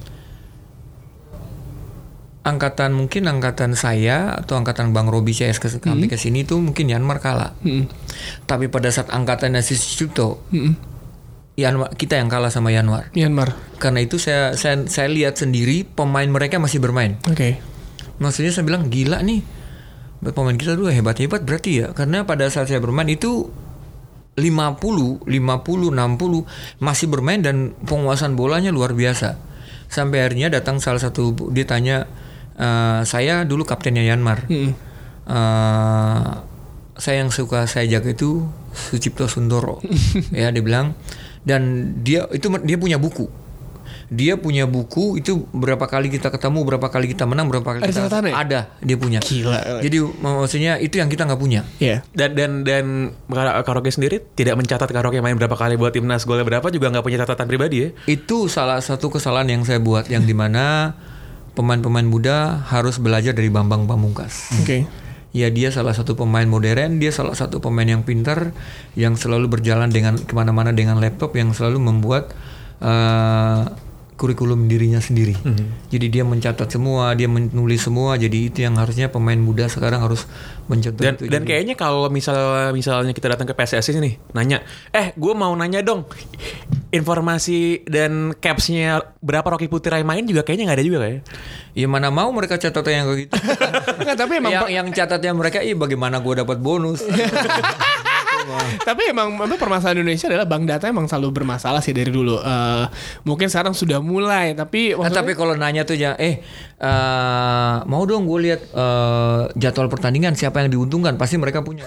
Angkatan mungkin angkatan saya atau angkatan Bang Robi C S ke kami ke sini tuh mungkin Myanmar kalah. Hmm. Tapi pada saat angkatan Nasi Sucipto, Hmm. Yanmar, kita yang kalah sama Yanmar. Myanmar. Karena itu saya saya saya lihat sendiri pemain mereka masih bermain. Oke. Maksudnya saya bilang gila nih, pemain kita dulu hebat-hebat berarti ya. Karena pada saat saya bermain itu lima puluh, lima puluh, enam puluh masih bermain dan penguasaan bolanya luar biasa. Sampai akhirnya datang salah satu, dia tanya, e, saya dulu kaptennya Yanmar. Hmm. Uh, saya yang suka saya jaga itu Sucipto Sundoro. Ya dia bilang, dan dia itu dia punya buku. Dia punya buku itu berapa kali kita ketemu, berapa kali kita menang, berapa kali Ada kita catatannya? ada dia punya. Gila. Jadi maksudnya itu yang kita nggak punya. Iya. Dan dan dan Karaoke sendiri tidak mencatat Karaoke main berapa kali buat timnas, golnya berapa, juga nggak punya catatan pribadi ya. Itu salah satu kesalahan yang saya buat, yang dimana pemain-pemain muda harus belajar dari Bambang Pamungkas. Oke. Okay. Ya dia salah satu pemain modern, dia salah satu pemain yang pintar, yang selalu berjalan dengan kemana-mana dengan laptop, yang selalu membuat uh, kurikulum dirinya sendiri. Mm-hmm. Jadi dia mencatat semua, dia menulis semua. Jadi itu yang harusnya pemain muda sekarang harus mencatat. Dan, itu. dan Jadi, kayaknya kalau misal misalnya kita datang ke P S S I nih, nanya, eh gue mau nanya dong, informasi dan capsnya berapa Rocky Putri main juga kayaknya nggak ada juga kayak. ya mana mau mereka catatnya yang kayak gitu. Enggak, tapi emang yang, yang catatnya mereka, ih bagaimana gue dapat bonus. Tapi emang apa, permasalahan Indonesia adalah bank data emang selalu bermasalah sih dari dulu. Uh, mungkin sekarang sudah mulai, tapi Nah, tapi kalau nanya tuh ya, eh uh, mau dong gue lihat uh, jadwal pertandingan siapa yang diuntungkan, pasti mereka punya.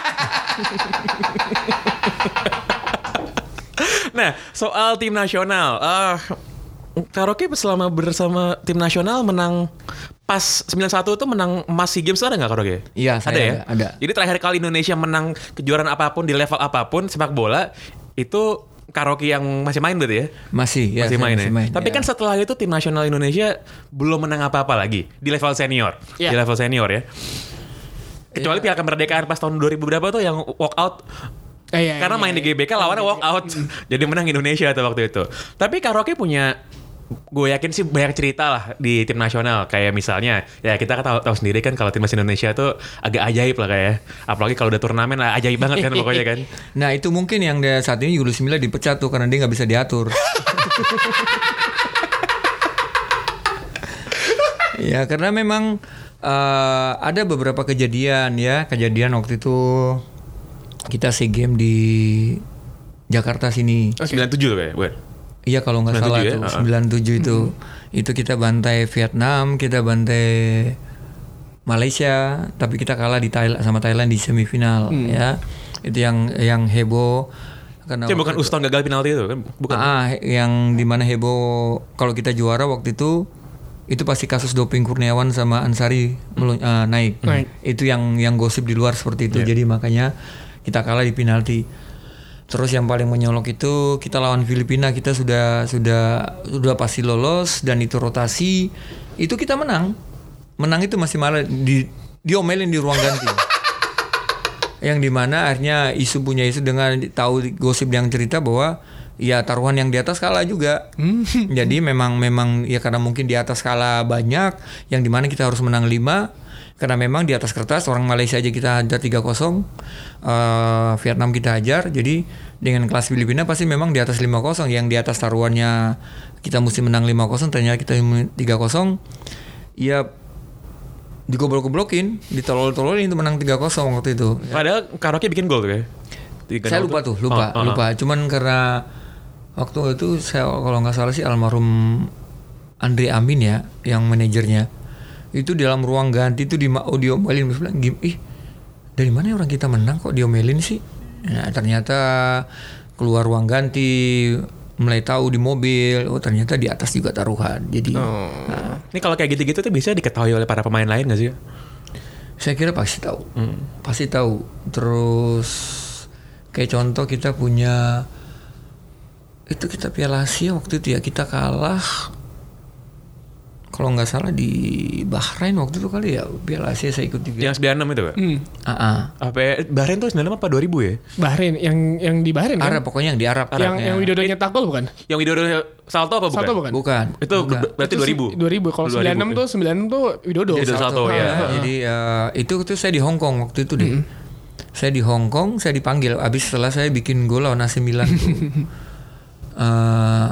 Nah, soal tim nasional, uh, Karaoke selama bersama tim nasional menang pas sembilan satu tuh menang emas SEA Games, ada nggak Karaoke? Iya, ada saya ya. ada, ada. Jadi terakhir kali Indonesia menang kejuaraan apapun di level apapun sepak bola itu Karaoke yang masih main berarti ya? Masih, ya, masih main masih ya. main, Tapi ya. kan setelah itu tim nasional Indonesia belum menang apa-apa lagi di level senior, Ya. di level senior ya. Kecuali Piala Kemerdekaan pas tahun dua ribu berapa tuh yang walk out. Eh, iya, Karena iya, main di G B K lawannya walk out. Jadi menang Indonesia tuh waktu itu. Tapi Karaoke punya, gue yakin sih banyak cerita lah di tim nasional. Kayak misalnya, ya kita kan tahu, tahu sendiri kan kalau timnas Indonesia tuh agak ajaib lah kayak. Apalagi kalau udah turnamen lah ajaib banget kan pokoknya kan. Nah itu mungkin yang dia saat ini Julius Milla dipecat tuh karena dia nggak bisa diatur. Ya karena memang uh, ada beberapa kejadian ya, kejadian waktu itu kita SEA Games di Jakarta sini. sembilan tujuh tuh kayak, bukan? Iya kalau nggak salah ya? tuh Uh-huh. sembilan tujuh itu. Hmm. Itu kita bantai Vietnam, kita bantai Malaysia, tapi kita kalah di Thailand sama Thailand di semifinal Hmm. ya. Itu yang yang heboh karena Itu bukan Uston gagal penalti itu kan? Bukan. Ah, yang dimana heboh kalau kita juara waktu itu itu pasti kasus doping Kurniawan sama Ansari melu- uh, naik. Naik. Itu yang yang gosip di luar seperti itu. Yeah. Jadi makanya kita kalah di penalti. Terus yang paling menyolok itu kita lawan Filipina, kita sudah sudah sudah pasti lolos dan itu rotasi. Itu kita menang. Menang itu masih malah di diomelin di ruang ganti. Yang dimana akhirnya isu punya isu dengan tahu gosip yang cerita bahwa ya taruhan yang di atas kalah juga. Jadi memang memang ya karena mungkin di atas kalah banyak, yang dimana kita harus menang lima. Karena memang di atas kertas orang Malaysia aja kita hajar tiga kosong, uh, Vietnam kita hajar. Jadi dengan kelas Filipina pasti memang di atas lima kosong. Yang di atas taruhannya kita mesti menang lima kosong, ternyata kita tiga kosong. Ya digoblok-goblokin, ditolol-tololin itu menang tiga kosong waktu itu. Padahal Karaoke bikin gol tuh kayak. Tiga Saya nol lupa tuh, lupa, Oh, oh, lupa. Cuman karena waktu itu saya kalau nggak salah sih almarhum Andre Amin ya, yang manajernya. Itu dalam ruang ganti itu di audio diomelin, bilang, ih dari mana orang kita menang kok diomelin sih? Nah ternyata keluar ruang ganti, mulai tahu di mobil, oh ternyata di atas juga taruhan. Jadi, Oh. nah, Ini kalau kayak gitu-gitu tuh bisa diketahui oleh para pemain lain nggak sih? saya kira pasti tahu, Hmm. pasti tahu. Terus kayak contoh kita punya itu kita Piala Asia waktu itu ya kita kalah. Kalau nggak salah di Bahrain waktu itu kali ya Piala Asia saya ikut juga. Yang sembilan enam itu kan? Hmm. Ah, ah. Apa ya? Bahrain tuh sembilan enam apa dua ribu ya? Bahrain yang yang di Bahrain kan? Arab pokoknya yang di Arab. yang ya. yang Widodo nyetak gol bukan? Yang Widodo salto apa bukan? Salto bukan? Bukan. Itu bukan. ber- berarti dua ribu. dua ribu. Kalau sembilan enam tuh sembilan enam tuh Widodo. Widodo salto, Ah, ya. ah. Jadi eh, itu tuh saya di Hong Kong waktu itu deh. Saya di Hong Kong, saya dipanggil. Abis setelah saya bikin gol lawan A C Milan tuh. eh,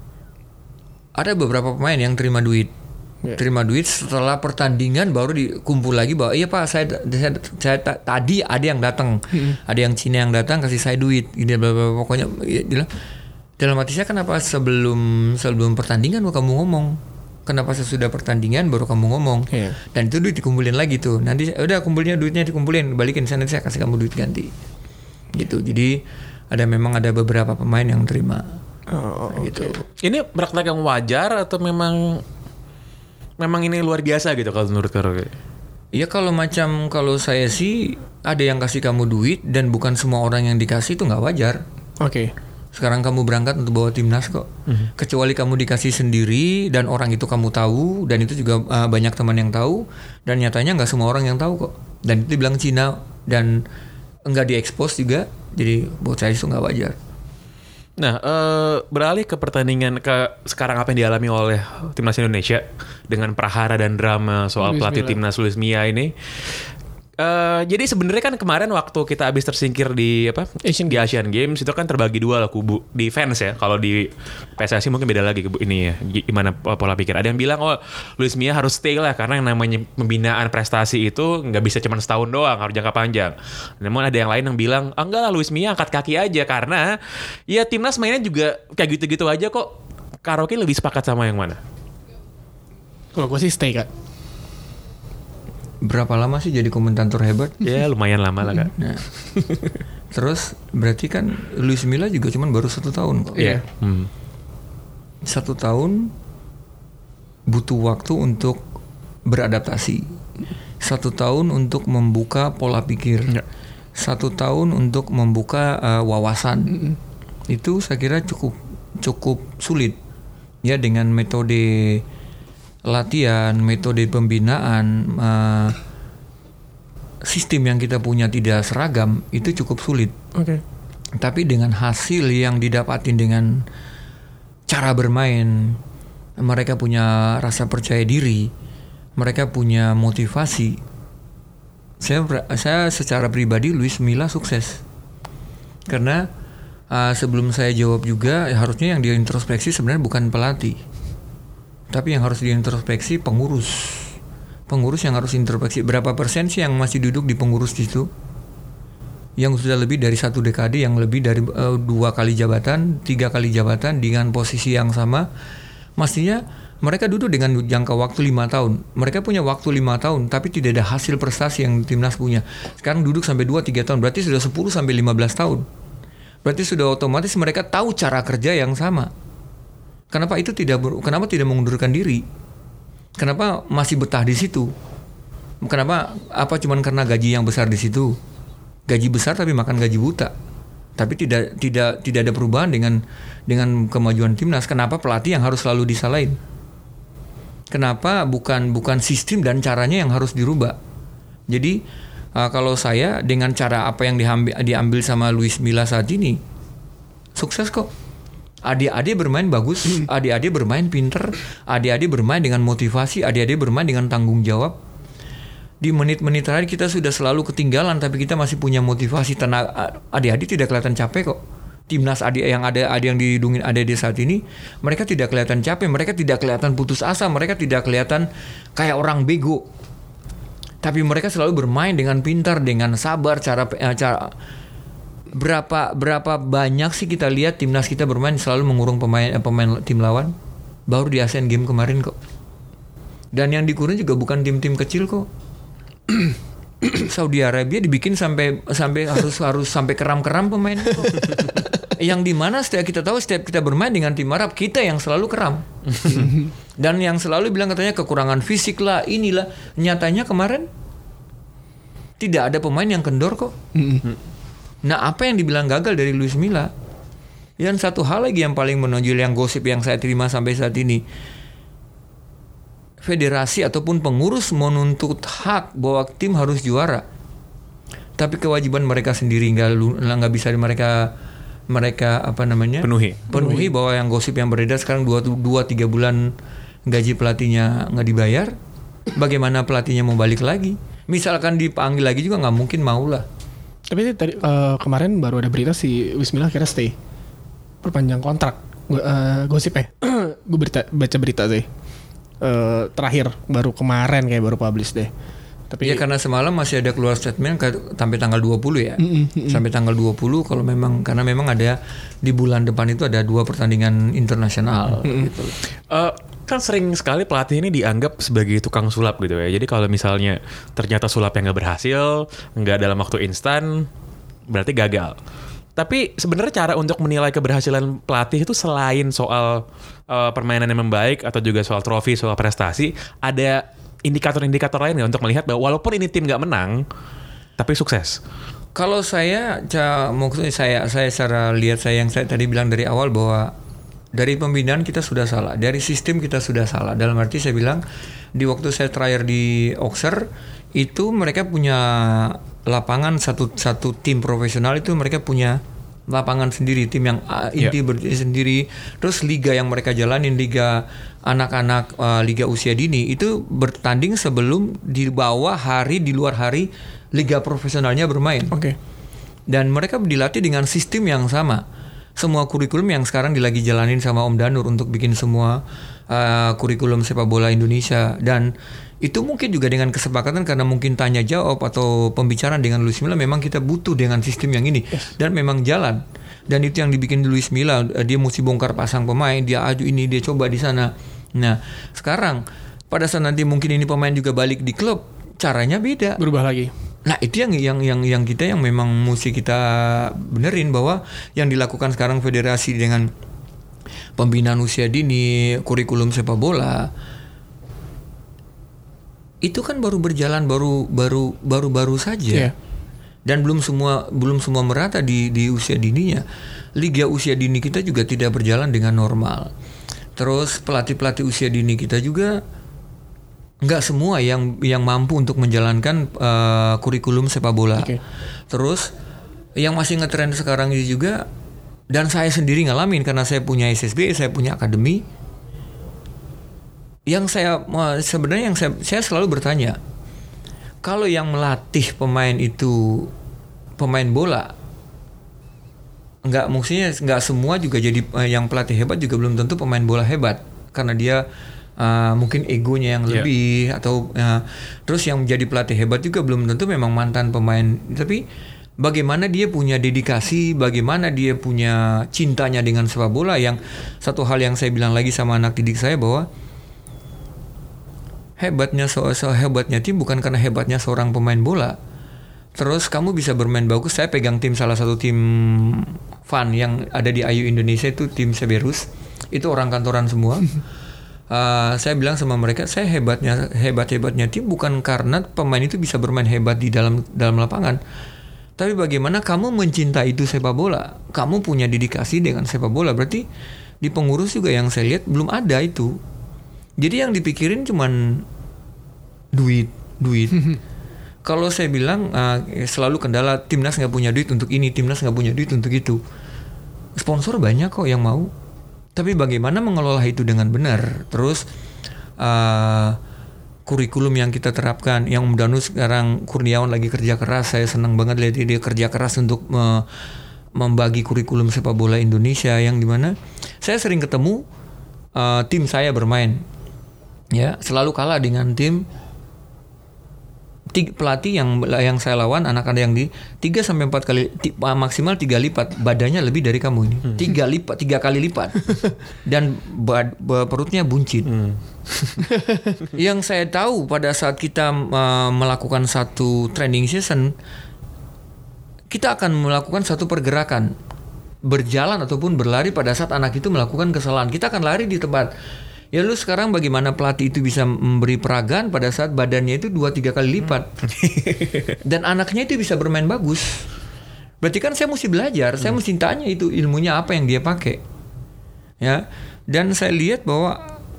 ada beberapa pemain yang terima duit. Ya. Terima duit setelah pertandingan baru dikumpul lagi bahwa iya Pak saya, saya, saya ta- tadi ada yang datang, ada yang Cina yang datang kasih saya duit, gitu bla bla bla. Pokoknya ya, dia bilang, dalam hati saya kenapa sebelum sebelum pertandingan baru kamu ngomong, kenapa sesudah pertandingan baru kamu ngomong, Iya. dan itu duit dikumpulin lagi tuh, nanti udah kumpulnya duitnya dikumpulin balikin saya nanti saya kasih kamu duit ganti, gitu. Jadi ada memang ada beberapa pemain yang terima. Oh, gitu. Ini praktek yang wajar atau memang memang ini luar biasa gitu kalau menurut Karoke? Ya kalau macam kalau saya sih ada yang kasih kamu duit dan bukan semua orang yang dikasih itu nggak wajar. Oke. Okay. Sekarang kamu berangkat untuk bawa timnas kok. Mm-hmm. Kecuali kamu dikasih sendiri dan orang itu kamu tahu dan itu juga uh, banyak teman yang tahu dan nyatanya nggak semua orang yang tahu kok. Dan itu dibilang Cina dan nggak diekspos juga. Jadi buat saya itu nggak wajar. Nah, uh, beralih ke pertandingan ke sekarang apa yang dialami oleh timnas Indonesia dengan prahara dan drama soal Luis pelatih Milla. timnas Luis Milla ini. Uh, jadi sebenarnya kan kemarin waktu kita habis tersingkir di apa Asian di Asian Games itu kan terbagi dua lah kubu di fans ya. Kalau di P S S I mungkin beda lagi kubu ini ya. Gimana pola pikir? Ada yang bilang oh Luis Milla harus stay lah karena yang namanya pembinaan prestasi itu nggak bisa cuma setahun doang, harus jangka panjang. Namun ada yang lain yang bilang ah, enggak lah Luis Milla angkat kaki aja karena ya timnas mainnya juga kayak gitu-gitu aja kok. Karoke lebih sepakat sama yang mana? Kalau gue sih stay Kak. Berapa lama sih jadi komentator hebat? Ya lumayan lama lah Kak. Nah, terus berarti kan Luis Milla juga cuma baru satu tahun kok. Iya. Hmm. Satu tahun butuh waktu untuk beradaptasi. Satu tahun untuk membuka pola pikir. Ya. Satu tahun untuk membuka uh, wawasan. Mm-mm. Itu saya kira cukup cukup sulit. Ya dengan metode latihan, metode pembinaan, uh, sistem yang kita punya tidak seragam, itu cukup sulit. Oke. Okay. Tapi dengan hasil yang didapatin dengan cara bermain, mereka punya rasa percaya diri, mereka punya motivasi. Saya saya secara pribadi Luis Milla sukses. Karena uh, sebelum saya jawab juga, harusnya yang dia introspeksi sebenarnya bukan pelatih. Tapi yang harus diintrospeksi pengurus. Pengurus yang harus introspeksi. Berapa persen sih yang masih duduk di pengurus di situ? Yang sudah lebih dari satu dekade, yang lebih dari uh, dua kali jabatan, tiga kali jabatan dengan posisi yang sama. Mestinya mereka duduk dengan jangka waktu lima tahun. Mereka punya waktu lima tahun, tapi tidak ada hasil prestasi yang timnas punya. Sekarang duduk sampai dua tiga tahun, berarti sudah sepuluh sampai lima belas tahun. Berarti sudah otomatis mereka tahu cara kerja yang sama. Kenapa itu tidak ber, kenapa tidak mengundurkan diri? Kenapa masih betah di situ? Kenapa apa cuman karena gaji yang besar di situ? Gaji besar tapi makan gaji buta. Tapi tidak tidak tidak ada perubahan dengan dengan kemajuan timnas. Kenapa pelatih yang harus selalu disalahin? Kenapa bukan bukan sistem dan caranya yang harus dirubah? Jadi uh, kalau saya dengan cara apa yang diambil, diambil sama Luis Milla saat ini sukses kok. Adik-adik bermain bagus, adik-adik bermain pinter, adik-adik bermain dengan motivasi, adik-adik bermain dengan tanggung jawab. Di menit-menit terakhir kita sudah selalu ketinggalan, tapi kita masih punya motivasi. Tenaga, adik-adik tidak kelihatan capek kok. Timnas adik yang ada, ada yang didungin adik-adik saat ini, mereka tidak kelihatan capek, mereka tidak kelihatan putus asa, mereka tidak kelihatan kayak orang bego. Tapi mereka selalu bermain dengan pintar, dengan sabar, cara cara Berapa berapa banyak sih kita lihat timnas kita bermain selalu mengurung pemain pemain tim lawan, baru di Asian Games kemarin kok. Dan yang dikurung juga bukan tim-tim kecil kok. Saudi Arabia dibikin sampai sampai harus harus sampai keram-keram pemain kok. Yang dimana setiap kita tahu setiap kita bermain dengan tim Arab kita yang selalu keram. Dan yang selalu bilang katanya kekurangan fisik lah inilah, nyatanya kemarin tidak ada pemain yang kendor kok. Nah, apa yang dibilang gagal dari Luis Milla? Dan satu hal lagi yang paling menonjol yang gosip yang saya terima sampai saat ini. Federasi ataupun pengurus menuntut hak bahwa tim harus juara. Tapi kewajiban mereka sendiri nggak nggak bisa mereka mereka apa namanya? Penuhi. Penuhi bahwa yang gosip yang beredar sekarang dua tiga bulan gaji pelatihnya nggak dibayar. Bagaimana pelatihnya mau balik lagi? Misalkan dipanggil lagi juga nggak mungkin mau lah. Tapi tadi uh, kemarin baru ada berita si Luis Milla akhirnya stay, perpanjang kontrak. Uh, gosip ya, gue berita baca berita sih. Uh, terakhir baru kemarin kayak baru publish deh. Tapi ya karena semalam masih ada keluar statement ke, sampai tanggal dua puluh ya. Mm-mm, mm-mm. Sampai tanggal dua puluh kalau memang karena memang ada di bulan depan itu ada dua pertandingan internasional gitu. Uh, kan sering sekali pelatih ini dianggap sebagai tukang sulap gitu ya. Jadi kalau misalnya ternyata sulapnya nggak berhasil, nggak dalam waktu instan, berarti gagal. Tapi sebenarnya cara untuk menilai keberhasilan pelatih itu selain soal uh, permainan yang membaik atau juga soal trofi, soal prestasi, ada indikator-indikator lain nggak untuk melihat bahwa walaupun ini tim nggak menang, tapi sukses? Kalau saya, maksudnya saya, saya secara lihat saya yang saya tadi bilang dari awal bahwa dari pembinaan kita sudah salah, dari sistem kita sudah salah. Dalam arti saya bilang di waktu saya terakhir di Auxerre itu mereka punya lapangan satu satu tim profesional itu mereka punya lapangan sendiri, tim yang uh, inti yeah. berdiri sendiri. Terus liga yang mereka jalanin, liga anak-anak, uh, liga usia dini itu bertanding sebelum di bawah hari, di luar hari liga profesionalnya bermain. Oke. Okay. Dan mereka dilatih dengan sistem yang sama. Semua kurikulum yang sekarang lagi jalanin sama Om Danur untuk bikin semua uh, kurikulum sepak bola Indonesia. Dan itu mungkin juga dengan kesepakatan karena mungkin tanya jawab atau pembicaraan dengan Luis Milla, memang kita butuh dengan sistem yang ini. Yes. Dan memang jalan. Dan itu yang dibikin Luis Milla, dia mesti bongkar pasang pemain, dia aju ini, dia coba di sana. Nah, sekarang pada saat nanti mungkin ini pemain juga balik di klub, caranya beda. Berubah lagi. Nah, itu yang yang yang yang kita yang memang mesti kita benerin, bahwa yang dilakukan sekarang federasi dengan pembinaan usia dini, kurikulum sepak bola itu kan baru berjalan baru baru baru baru saja. Yeah. Dan belum semua belum semua merata di di usia dininya. Liga usia dini kita juga tidak berjalan dengan normal. Terus pelatih-pelatih usia dini kita juga nggak semua yang yang mampu untuk menjalankan uh, kurikulum sepak bola. Okay. Terus yang masih ngetren sekarang ini juga, dan saya sendiri ngalamin karena saya punya S S B, saya punya akademi. Yang saya sebenarnya yang saya, saya selalu bertanya, kalau yang melatih pemain itu pemain bola, nggak maksudnya nggak semua juga jadi yang pelatih hebat juga belum tentu pemain bola hebat, karena dia uh, mungkin egonya yang lebih yeah. atau uh, terus yang menjadi pelatih hebat juga belum tentu memang mantan pemain, tapi bagaimana dia punya dedikasi, bagaimana dia punya cintanya dengan sepak bola. Yang satu hal yang saya bilang lagi sama anak didik saya bahwa hebatnya so, so hebatnya tim bukan karena hebatnya seorang pemain bola. Terus kamu bisa bermain bagus. Saya pegang tim salah satu tim fun yang ada di Ayu Indonesia, itu tim Seberus. Itu orang kantoran semua. uh, saya bilang sama mereka, saya hebatnya hebat-hebatnya tim bukan karena pemain itu bisa bermain hebat di dalam dalam lapangan. Tapi bagaimana kamu mencintai itu sepak bola. Kamu punya dedikasi dengan sepak bola. Berarti di pengurus juga yang saya lihat belum ada itu. Jadi yang dipikirin cuman duit, duit. Kalau saya bilang uh, selalu kendala timnas nggak punya duit untuk ini, timnas nggak punya duit untuk itu. Sponsor banyak kok yang mau. Tapi bagaimana mengelola itu dengan benar? Terus uh, kurikulum yang kita terapkan, yang Om Danu sekarang Kurniawan lagi kerja keras. Saya senang banget lihat dia kerja keras untuk me- membagi kurikulum sepak bola Indonesia, yang dimana saya sering ketemu uh, tim saya bermain. Ya, selalu kalah dengan tim tiga, pelatih yang yang saya lawan, anak-anak yang di tiga sampai empat kali t- maksimal tiga lipat badannya lebih dari kamu ini. Hmm. tiga lipat, tiga kali lipat. Dan bad, bad, perutnya buncit. Hmm. Yang saya tahu pada saat kita uh, melakukan satu training season, kita akan melakukan satu pergerakan berjalan ataupun berlari. Pada saat anak itu melakukan kesalahan, kita akan lari di tempat. Ya lu sekarang bagaimana pelatih itu bisa memberi peragaan pada saat badannya itu dua tiga kali lipat. Dan anaknya itu bisa bermain bagus. Berarti kan saya mesti belajar, hmm. saya mesti tanya itu ilmunya apa yang dia pakai. Ya. Dan saya lihat bahwa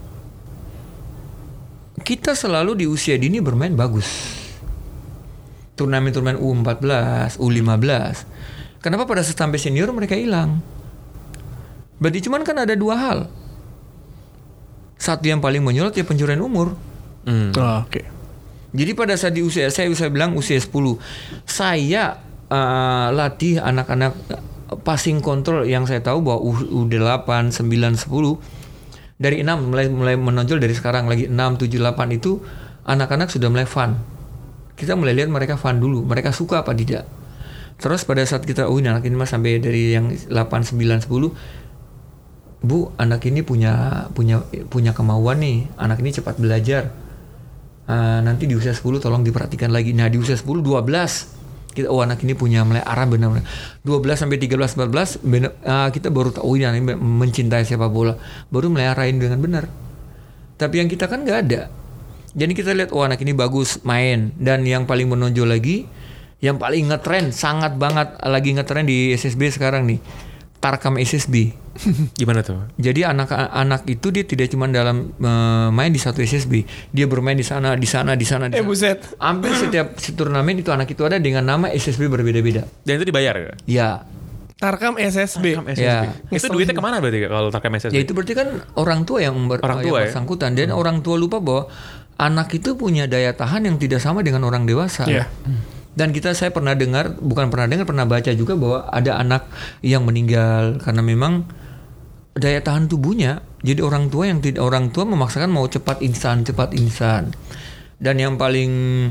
kita selalu di usia dini bermain bagus. Turnamen-turnamen U empat belas, U lima belas. Kenapa pada saat sampai senior mereka hilang? Berarti cuman kan ada dua hal. Satu yang paling menyorot ya pencurian umur. Hmm. Oh, Oke. Okay. Jadi pada saat di usia saya bisa bilang usia sepuluh, saya uh, latih anak-anak passing control yang saya tahu bahwa U delapan, sembilan, sepuluh dari enam mulai mulai menonjol dari sekarang lagi enam, tujuh, delapan itu anak-anak sudah mulai fun. Kita mulai lihat mereka fun dulu, mereka suka apa tidak. Terus pada saat kita oh anak ini mah sampai dari yang delapan, sembilan, sepuluh, Bu, anak ini punya punya punya kemauan nih. Anak ini cepat belajar. Uh, nanti di usia sepuluh tolong diperhatikan lagi. Nah, di usia sepuluh, dua belas Kita oh anak ini punya mulai arah benar-benar dua belas sampai tiga belas empat belas bener, uh, kita baru tahu oh, ini mencintai sepak bola. Baru mulai arahin dengan benar. Tapi yang kita kan nggak ada. Jadi kita lihat oh anak ini bagus main, dan yang paling menonjol lagi, yang paling ngetren sangat banget lagi ngetren di S S B sekarang nih, Tarkam S S B. Gimana tuh? Jadi anak-anak itu dia tidak cuma dalam uh, main di satu S S B, dia bermain di sana, di sana, di sana. Di Eh sana. buset. Hampir setiap turnamen itu anak itu ada dengan nama S S B berbeda-beda. Dan itu dibayar ya? Ya. Tarkam S S B. Tarkam S S B. Ya. Itu duitnya kemana berarti kalau Tarkam S S B? Ya itu berarti kan orang tua yang, ber- Orang yang tua ya? bersangkutan, dan hmm. orang tua lupa bahwa anak itu punya daya tahan yang tidak sama dengan orang dewasa. Iya. Dan kita saya pernah dengar, bukan pernah dengar, pernah baca juga bahwa ada anak yang meninggal karena memang daya tahan tubuhnya. Jadi orang tua yang tidak orang tua memaksakan mau cepat instan, cepat instan. Dan yang paling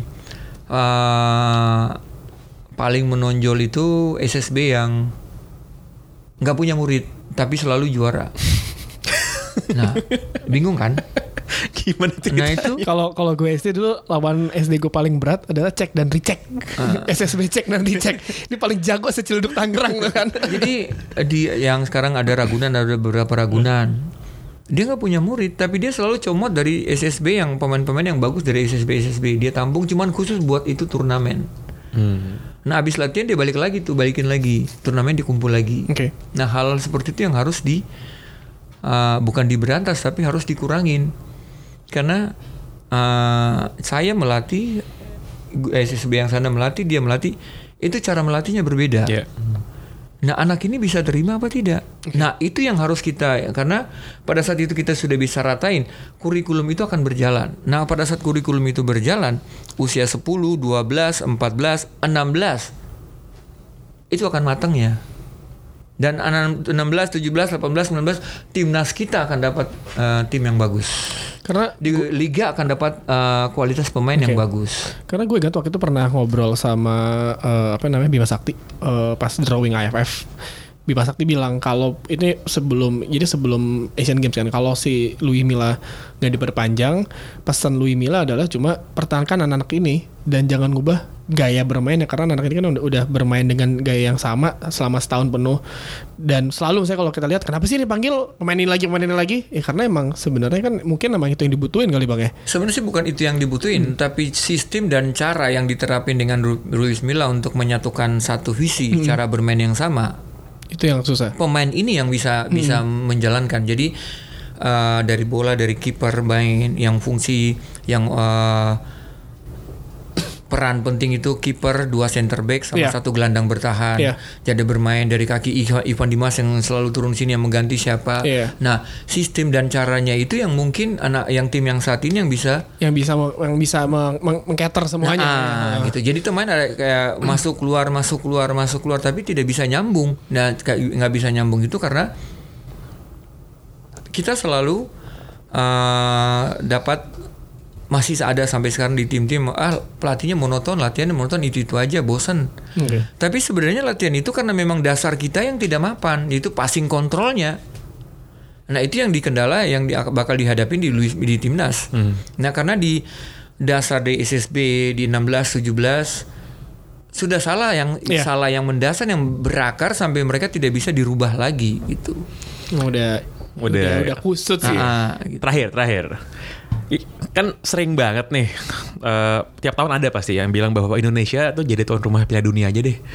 uh, paling menonjol itu S S B yang nggak punya murid tapi selalu juara. Nah, bingung kan? Gimana tuh? Nah itu Kalau kalau gue S D dulu lawan S D gue paling berat adalah cek dan recheck. Uh. S S B cek dan recheck. Ini paling jago secilduk Tangerang tuh kan. jadi di yang sekarang ada Ragunan, ada beberapa Ragunan. Dia nggak punya murid, tapi dia selalu comot dari S S B yang pemain-pemain yang bagus dari S S B S S B. Dia tampung cuman khusus buat itu turnamen. Hmm. Nah abis latihan dia balik lagi tuh, balikin lagi turnamen, dikumpul lagi. Oke. Okay. Nah hal seperti itu yang harus di uh, bukan diberantas tapi harus dikurangin. Karena uh, saya melatih S S B yang sana melatih, dia melatih, itu cara melatihnya berbeda. Yeah. Nah anak ini bisa terima apa tidak? Nah itu yang harus kita, karena pada saat itu kita sudah bisa ratain kurikulum itu akan berjalan. Nah pada saat kurikulum itu berjalan, usia sepuluh, dua belas, empat belas, enam belas itu akan matangnya. Dan enam belas, tujuh belas, delapan belas, sembilan belas timnas kita akan dapat uh, tim yang bagus. Karena di liga akan dapat uh, kualitas pemain okay. yang bagus. Karena gue ingat waktu itu pernah ngobrol sama uh, apa namanya Bima Sakti uh, pas drawing A F F. Bima Sakti bilang kalau ini sebelum jadi sebelum Asian Games kan, kalau si Louis Milla nggak diperpanjang, pesan Louis Milla adalah cuma pertahankan anak-anak ini dan jangan ngubah gaya bermainnya, karena anak ini kan udah, udah bermain dengan gaya yang sama selama setahun penuh. Dan selalu saya kalau kita lihat kenapa sih dipanggil pemain ini lagi pemain ini lagi, ya karena emang sebenarnya kan mungkin emang itu yang dibutuhin kali Bang ya. Sebenarnya sih bukan itu yang dibutuhin, hmm. tapi sistem dan cara yang diterapin dengan Louis Milla untuk menyatukan satu visi hmm. cara bermain yang sama, itu yang susah. Pemain ini yang bisa hmm. bisa menjalankan. Jadi uh, dari bola, dari kiper main yang fungsi yang uh, peran penting itu kiper, dua center back sama yeah. satu gelandang bertahan. Yeah. Jadi bermain dari kaki Ivan Dimas yang selalu turun sini yang mengganti siapa. Yeah. Nah, sistem dan caranya itu yang mungkin anak yang tim yang saat ini yang bisa yang bisa yang bisa meng- meng- mengcater semuanya. Nah, ya. gitu. Jadi teman ada kayak mm. masuk keluar masuk keluar masuk keluar tapi tidak bisa nyambung. Nah, nggak bisa nyambung itu karena kita selalu uh, dapat masih ada sampai sekarang di tim-tim ah pelatihnya monoton, latihannya monoton, itu itu aja, bosan. Okay. Tapi sebenarnya latihan itu karena memang dasar kita yang tidak mapan, yaitu passing kontrolnya. Nah itu yang dikendala yang di, bakal dihadapin di di timnas. Hmm. Nah karena di dasar di S S B di enam belas tujuh belas sudah salah yang yeah. salah yang mendasar yang berakar sampai mereka tidak bisa dirubah lagi gitu. Udah udah udah, udah kusut sih. Nah, gitu. Terakhir terakhir. Kan sering banget nih uh, tiap tahun ada pasti yang bilang bahwa Indonesia tuh jadi tuan rumah Piala Dunia aja deh.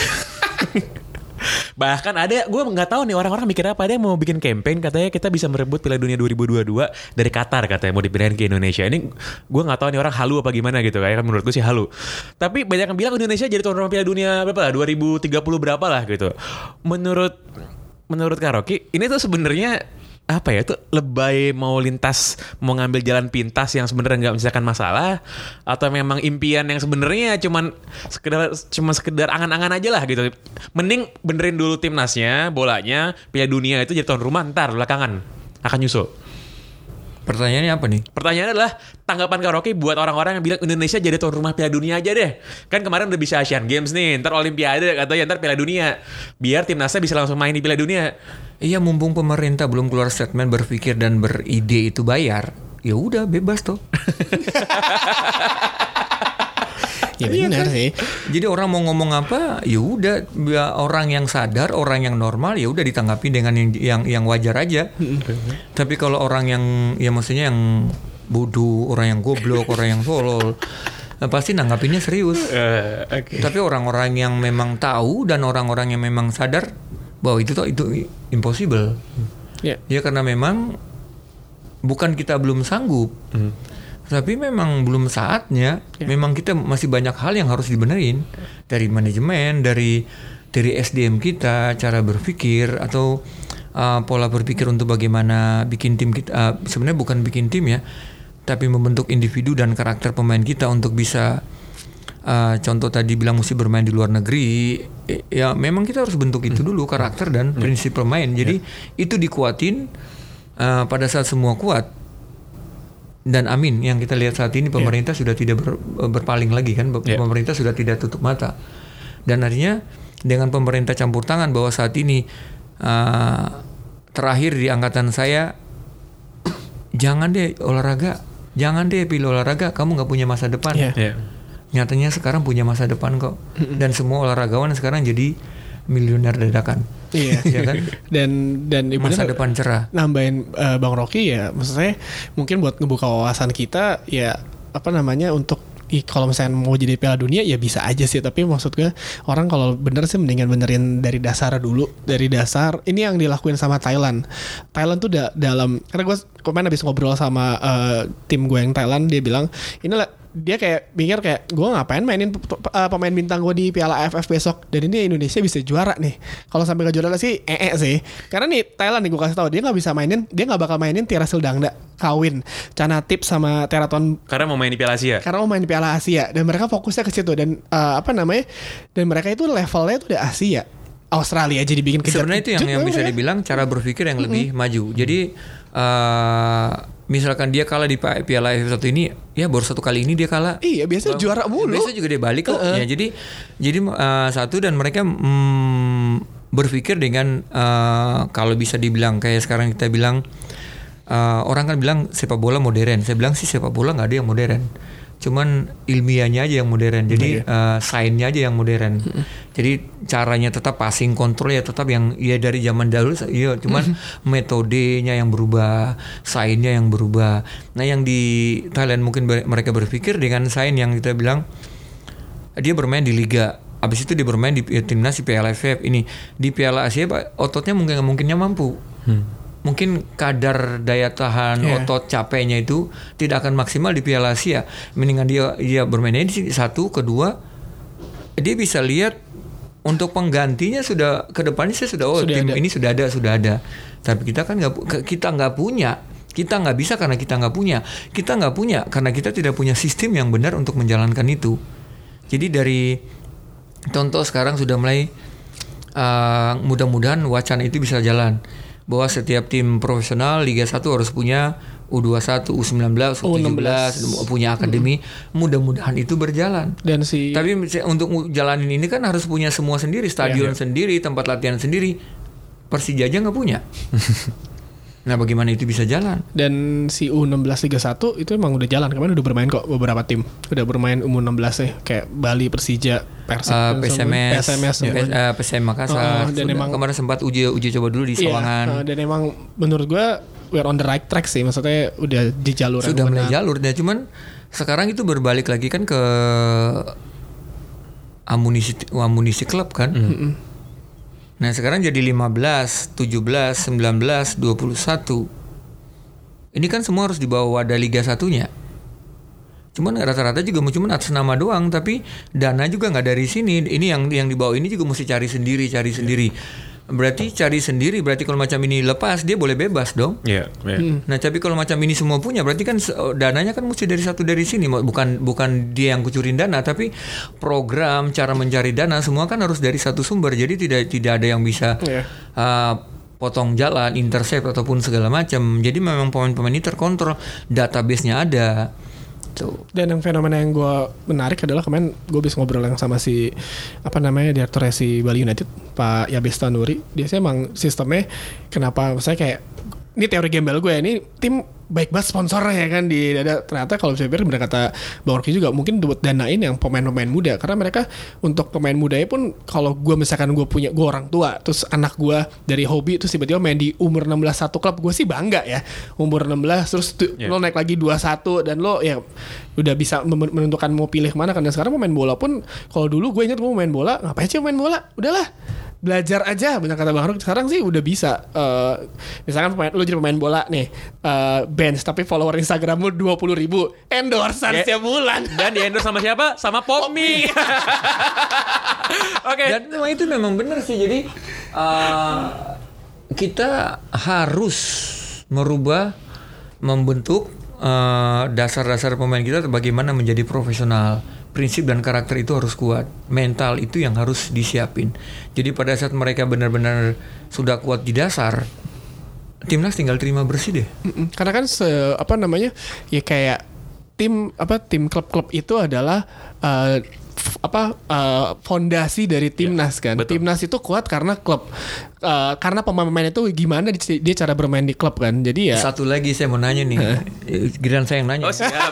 Bahkan ada, gue nggak tahu nih orang-orang mikir apa, ada yang mau bikin campaign katanya kita bisa merebut Piala Dunia dua ribu dua puluh dua dari Qatar, katanya mau dipindahin ke Indonesia. Ini gue nggak tahu nih orang halu apa gimana gitu, kayak menurut gue sih halu. Tapi banyak yang bilang Indonesia jadi tuan rumah Piala Dunia berapa lah, dua ribu tiga puluh berapa lah gitu. Menurut menurut Karoki ini tuh sebenarnya apa ya, tuh lebay mau lintas mau ngambil jalan pintas yang sebenarnya nggak menyelesaikan masalah, atau memang impian yang sebenarnya cuman sekedar cuma sekedar angan-angan aja lah gitu. Mending benerin dulu timnasnya, bolanya, Piala Dunia itu jadi tuan rumah, ntar belakangan akan nyusul. Pertanyaannya apa nih? Pertanyaannya adalah tanggapan Karoki buat orang-orang yang bilang Indonesia jadi tuan rumah Piala Dunia aja deh. Kan kemarin udah bisa Asian Games nih, ntar Olimpiade katanya, ntar Piala Dunia. Biar timnasnya bisa langsung main di Piala Dunia. Iya, mumpung pemerintah belum keluar statement berpikir dan beride itu bayar, ya udah bebas tuh. Ya benar sih. Jadi orang mau ngomong apa, ya udah orang yang sadar, orang yang normal ya udah ditanggapi dengan yang yang, yang wajar aja. Tapi kalau orang yang ya maksudnya yang bodoh, orang yang goblok, orang yang tolol, pasti nanggapinnya serius. Uh, okay. Tapi orang-orang yang memang tahu dan orang-orang yang memang sadar bahwa itu tuh itu impossible. Yeah. Ya karena memang bukan kita belum sanggup. Hmm. Tapi memang belum saatnya. Yeah. Memang kita masih banyak hal yang harus dibenerin dari manajemen, dari dari S D M kita, cara berpikir atau uh, pola berpikir untuk bagaimana bikin tim kita. Uh, sebenarnya bukan bikin tim ya, tapi membentuk individu dan karakter pemain kita untuk bisa. Uh, contoh tadi bilang mesti bermain di luar negeri. Eh, ya memang kita harus bentuk itu dulu karakter dan prinsip bermain. Jadi yeah. itu dikuatin uh, pada saat semua kuat. Dan amin, yang kita lihat saat ini pemerintah yeah. sudah tidak ber, berpaling lagi kan, yeah. pemerintah sudah tidak tutup mata. Dan artinya dengan pemerintah campur tangan bahwa saat ini uh, terakhir di angkatan saya, jangan deh olahraga, jangan deh pilih olahraga, kamu nggak punya masa depan. Yeah. Yeah. Nyatanya sekarang punya masa depan kok, dan semua olahragawan sekarang jadi miliuner dadakan. Iya, ya kan? Dan dan masa depan cerah. Nambahin uh, Bang Rocky ya, maksud saya mungkin buat ngebuka wawasan kita ya apa namanya untuk kalau misalnya mau jadi Piala Dunia ya bisa aja sih, tapi maksud gue orang kalau bener sih mendingan benerin dari dasar dulu, dari dasar. Ini yang dilakuin sama Thailand. Thailand tuh da- dalam karena gue kemarin habis ngobrol sama uh, tim gue yang Thailand, dia bilang inilah dia kayak mikir kayak gue ngapain mainin uh, pemain bintang gue di Piala A F F besok, dan ini Indonesia bisa juara nih. Kalau sampai ke juara sih ee sih, karena nih Thailand nih gue kasih tahu dia nggak bisa mainin, dia nggak bakal mainin Tirasil Dangda, Kawin, Canatip sama Teraton karena mau main di Piala Asia. Karena mau main di Piala Asia dan mereka fokusnya ke situ dan uh, apa namanya dan mereka itu levelnya itu udah Asia. Australia aja dibikin kejar. Sebenarnya itu yang, yang bisa dibilang cara berpikir yang lebih mm-hmm. maju. Jadi uh, misalkan dia kalah di Piala A F F satu ini, ya baru satu kali ini dia kalah. Iya, biasanya juara mulu. Biasanya juga dia balik kok. Uh-uh. Ya, jadi jadi uh, satu dan mereka mm, berpikir dengan uh, kalau bisa dibilang kayak sekarang kita bilang uh, orang kan bilang sepak bola modern. Saya bilang sih sepak bola nggak ada yang modern. Cuman ilmiahnya aja yang modern, jadi okay. uh, sainsnya aja yang modern. Mm-hmm. Jadi caranya tetap passing, kontrol ya tetap yang ya dari zaman dahulu, iya. Cuman mm-hmm. metodenya yang berubah, sainsnya yang berubah. Nah yang di Thailand mungkin ber- mereka berpikir dengan sains yang kita bilang dia bermain di liga, abis itu dia bermain di ya, timnas di Piala A F F ini, di Piala Asia ototnya mungkin mungkinnya mampu. Hmm. Mungkin kadar daya tahan yeah. otot capeknya itu tidak akan maksimal di Piala Asia. Mendingan dia dia bermainnya di satu, kedua dia bisa lihat untuk penggantinya sudah ke depannya saya sudah oh sudah tim ada. Ini sudah ada sudah ada. Tapi kita kan nggak kita nggak punya, kita nggak bisa karena kita nggak punya, kita nggak punya karena kita tidak punya sistem yang benar untuk menjalankan itu. Jadi dari contoh sekarang sudah mulai uh, mudah-mudahan wacana itu bisa jalan. Bahwa setiap tim profesional Liga satu harus punya U dua puluh satu, U sembilan belas, U tujuh belas, punya akademi. Mm-hmm. Mudah-mudahan itu berjalan. Dan si Tapi untuk jalanin ini kan harus punya semua sendiri, stadion yeah, yeah. sendiri, tempat latihan sendiri. Persija aja nggak punya. Nah, bagaimana itu bisa jalan? Dan si U enam belas Liga satu itu emang udah jalan. Kemarin udah bermain kok beberapa tim. Udah bermain U enam belas ya, kayak Bali, Persija, Persib, uh, P S M S, P S M S, ya. uh, P S M Makassar. Uh, dan emang kemarin sempat uji uji coba dulu di Sawangan. Iya, uh, dan emang menurut gue we're on the right track sih. Maksudnya udah di jalur yang sudah mulai jalur. Nah, cuman sekarang itu berbalik lagi kan ke amunisi amunisi klub kan. Mm-hmm. Nah sekarang jadi lima belas, tujuh belas, sembilan belas, dua puluh satu. Ini kan semua harus dibawa wadah Liga satunya. Cuman rata-rata juga cuma atas nama doang, tapi dana juga nggak dari sini. Ini yang yang dibawa ini juga mesti cari sendiri, cari sendiri. Berarti cari sendiri, berarti kalau macam ini lepas dia boleh bebas dong. Iya. Yeah, yeah. hmm. Nah tapi kalau macam ini semua punya, berarti kan dananya kan mesti dari satu dari sini. Bukan bukan dia yang kucurin dana, tapi program cara mencari dana semua kan harus dari satu sumber. Jadi tidak tidak ada yang bisa yeah. uh, potong jalan, intercept ataupun segala macam. Jadi memang pemain-pemain ini terkontrol, database-nya ada. Tuh. Dan yang fenomena yang gue menarik adalah kemarin gue bisa ngobrol yang sama si apa namanya direkturnya si Bali United Pak Yabes Tanuri. Dia sih emang sistemnya kenapa saya kayak ini teori gembel gue ini tim baik banget sponsornya ya kan di dada. Ternyata kalau saya pikir benar kata Bang Rocky juga mungkin buat danain yang pemain-pemain muda, karena mereka untuk pemain mudanya pun kalau gue misalkan gue punya gue orang tua terus anak gue dari hobi terus tiba-tiba main di umur enam belas satu klub, gue sih bangga ya umur enam belas terus tu, yeah. lo naik lagi dua puluh satu dan lo ya udah bisa menentukan mau pilih mana kan. Dan sekarang pemain bola pun kalau dulu gue ingat gue main bola ngapain sih main bola, udahlah belajar aja, benar kata Bang Ruk. Sekarang sih udah bisa uh, misalkan pemain, lu jadi pemain bola nih uh, bench tapi follower Instagram lu dua puluh ribu, endorsean yeah. setiap bulan dan di endorse sama siapa? Sama Popmi. Oke. Okay. Dan memang itu memang benar sih. Jadi uh, kita harus merubah, membentuk uh, dasar-dasar pemain kita bagaimana menjadi profesional. Prinsip dan karakter itu harus kuat. Mental itu yang harus disiapin. Jadi pada saat mereka benar-benar sudah kuat di dasar, timnas tinggal terima bersih deh. Mm-mm. Karena kan se, apa namanya ya kayak tim apa tim klub-klub itu adalah uh, f- apa uh, fondasi dari timnas ya, kan. Betul. Timnas itu kuat karena klub. Uh, karena pemain-pemain itu gimana dia, dia cara bermain di klub kan. Jadi ya. Satu lagi saya mau nanya nih. Giliran saya yang nanya. Oh siap.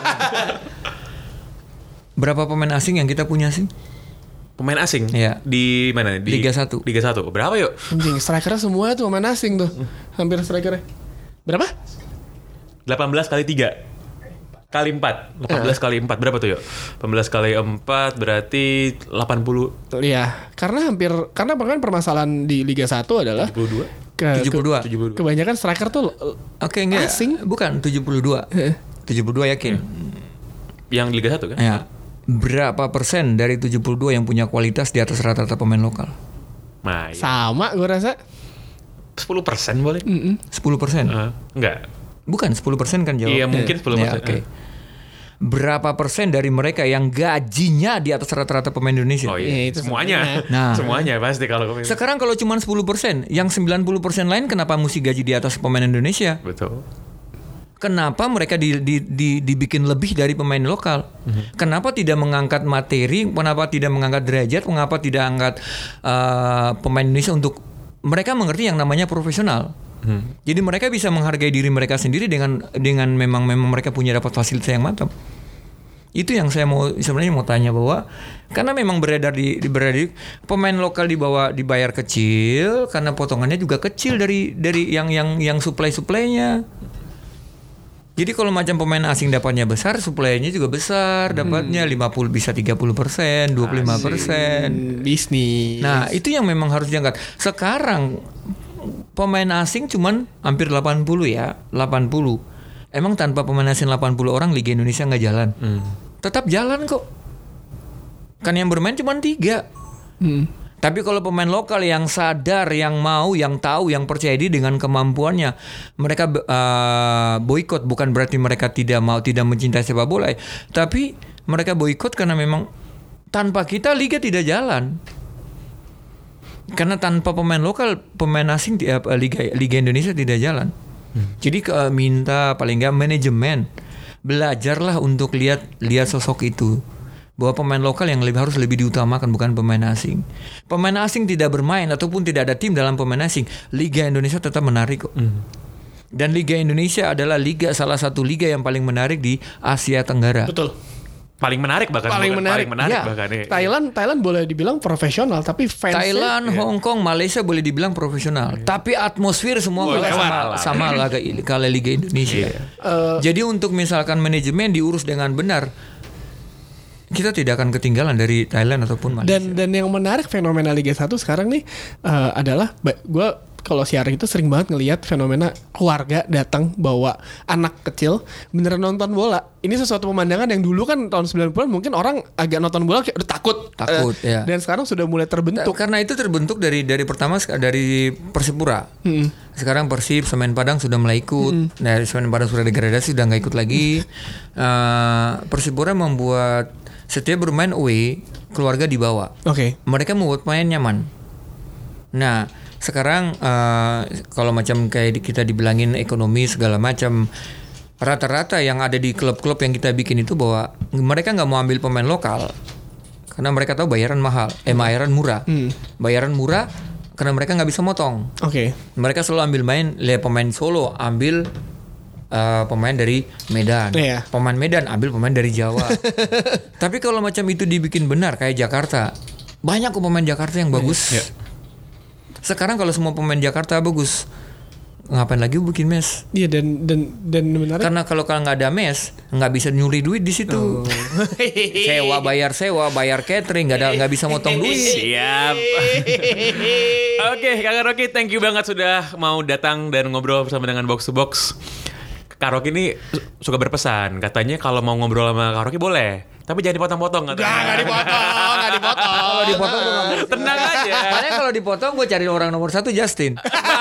Berapa pemain asing yang kita punya sih? Pemain asing? Iya. Di mana? Di Liga satu. Liga satu. Berapa yuk? Anjing, strikernya semua tuh pemain asing tuh. Hampir strikernya. Berapa? delapan belas kali tiga kali empat. delapan belas kali empat berapa tuh yuk? delapan belas kali empat berarti delapan puluh. Iya, karena hampir karena bahkan permasalahan di Liga satu adalah tujuh puluh dua. Ke, tujuh puluh dua. Ke, kebanyakan striker tuh Oke, okay, enggak. Asing. Bukan tujuh puluh dua. tujuh puluh dua yakin? Hmm. Yang Liga satu kan? Ya. Berapa persen dari tujuh puluh dua yang punya kualitas di atas rata-rata pemain lokal? Nah, iya. Sama gue rasa sepuluh persen boleh? Mm-mm. sepuluh persen? Uh, enggak. Bukan sepuluh persen kan jawab? Iya mungkin sepuluh persen. Ya, oke. Okay. Berapa persen dari mereka yang gajinya di atas rata-rata pemain Indonesia? Oh iya, ya, itu semuanya. Nah, semuanya pasti kalau sekarang kalau cuma sepuluh persen, yang sembilan puluh persen lain kenapa mesti gaji di atas pemain Indonesia? Betul. Kenapa mereka di, di, di, dibikin lebih dari pemain lokal? Mm-hmm. Kenapa tidak mengangkat materi? Kenapa tidak mengangkat derajat? Mengapa tidak angkat uh, pemain Indonesia untuk mereka mengerti yang namanya profesional? Mm-hmm. Jadi mereka bisa menghargai diri mereka sendiri dengan dengan memang memang mereka punya dapat fasilitas yang mantap. Itu yang saya mau sebenarnya mau tanya bahwa karena memang beredar di, di beredar di, pemain lokal dibawa dibayar kecil karena potongannya juga kecil dari dari yang yang yang supply-supply-nya. Jadi kalau macam pemain asing dapatnya besar, supply-nya juga besar, dapatnya hmm. lima puluh bisa tiga puluh persen, dua puluh lima persen bisnis. Nah, itu yang memang harus diangkat. Sekarang pemain asing cuman hampir delapan puluh ya, delapan puluh. Emang tanpa pemain asing delapan puluh orang Liga Indonesia nggak jalan? Hmm. Tetap jalan kok. Kan yang bermain cuma tiga. Hmm. Tapi kalau pemain lokal yang sadar, yang mau, yang tahu, yang percaya diri dengan kemampuannya, mereka uh, boikot. Bukan berarti mereka tidak mau, tidak mencintai sepak bola, tapi mereka boikot karena memang tanpa kita liga tidak jalan. Karena tanpa pemain lokal, pemain asing uh, liga liga Indonesia tidak jalan. Hmm. Jadi uh, minta paling nggak manajemen belajarlah untuk lihat lihat sosok itu. Bahwa pemain lokal yang lebih harus lebih diutamakan bukan pemain asing. Pemain asing tidak bermain ataupun tidak ada tim dalam pemain asing, Liga Indonesia tetap menarik kok. Mm. Dan Liga Indonesia adalah liga salah satu liga yang paling menarik di Asia Tenggara. Betul. Paling menarik bahkan. Paling menarik, paling menarik ya. bahkan. Ya. Thailand, Thailand boleh dibilang profesional, tapi fansnya. Thailand, ya. Hong Kong, Malaysia boleh dibilang profesional, ya. Tapi atmosfer semua oh, sama sama laga kalau Liga Indonesia. Ya. Uh, Jadi untuk misalkan manajemen diurus dengan benar, kita tidak akan ketinggalan dari Thailand ataupun Malaysia. Dan dan yang menarik fenomena Liga satu sekarang nih uh, adalah gue kalau siaran itu sering banget ngelihat fenomena keluarga datang bawa anak kecil beneran nonton bola. Ini sesuatu pemandangan yang dulu kan tahun sembilan puluhan mungkin orang agak nonton bola kayak udah takut. Takut uh, ya. Dan sekarang sudah mulai terbentuk. Karena itu terbentuk dari dari pertama dari Persipura. Hmm. Sekarang Persib, Semen Padang sudah mulai ikut. Hmm. Dari Semen Padang sudah degradasi sudah nggak ikut lagi. uh, Persipura membuat setiap bermain away, keluarga dibawa. Oke. Okay. Mereka membuat main nyaman. Nah, sekarang uh, kalau macam kayak kita dibilangin ekonomi segala macam, rata-rata yang ada di klub-klub yang kita bikin itu bahwa mereka nggak mau ambil pemain lokal karena mereka tahu bayaran mahal, eh bayaran murah, hmm. bayaran murah karena mereka nggak bisa motong. Oke. Okay. Mereka selalu ambil main, lihat pemain Solo, ambil uh, pemain dari Medan. Iya. Pemain Medan ambil pemain dari Jawa. Tapi kalau macam itu dibikin benar kayak Jakarta, banyak kok pemain Jakarta yang bagus. Iya. Sekarang kalau semua pemain Jakarta bagus, ngapain lagi bikin mes? Iya dan dan dan benar. Karena kalau kalau nggak ada mes, nggak bisa nyuri duit di situ. Oh. Sewa bayar sewa, bayar catering, nggak ada nggak bisa motong duit. Siap. Oke, Kak Rocky, thank you banget sudah mau datang dan ngobrol bersama dengan Box to Box. Kak Rocky ini suka berpesan, katanya kalau mau ngobrol sama Kak Rocky boleh, tapi jangan dipotong-potong katanya. Gak, gak dipotong, gak dipotong. Kalau dipotong gue nggak mau. Tenang aja. Makanya kalau dipotong gue cari orang nomor satu Justin.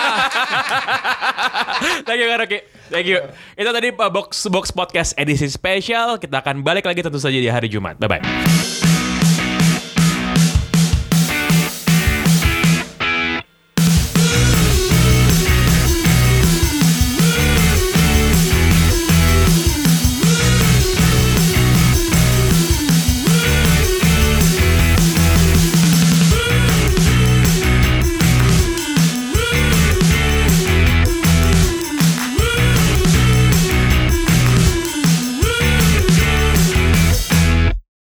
Thank you Kak Rocky. Thank you. Itu tadi Box Box Podcast edisi spesial. Kita akan balik lagi tentu saja di hari Jumat. Bye bye.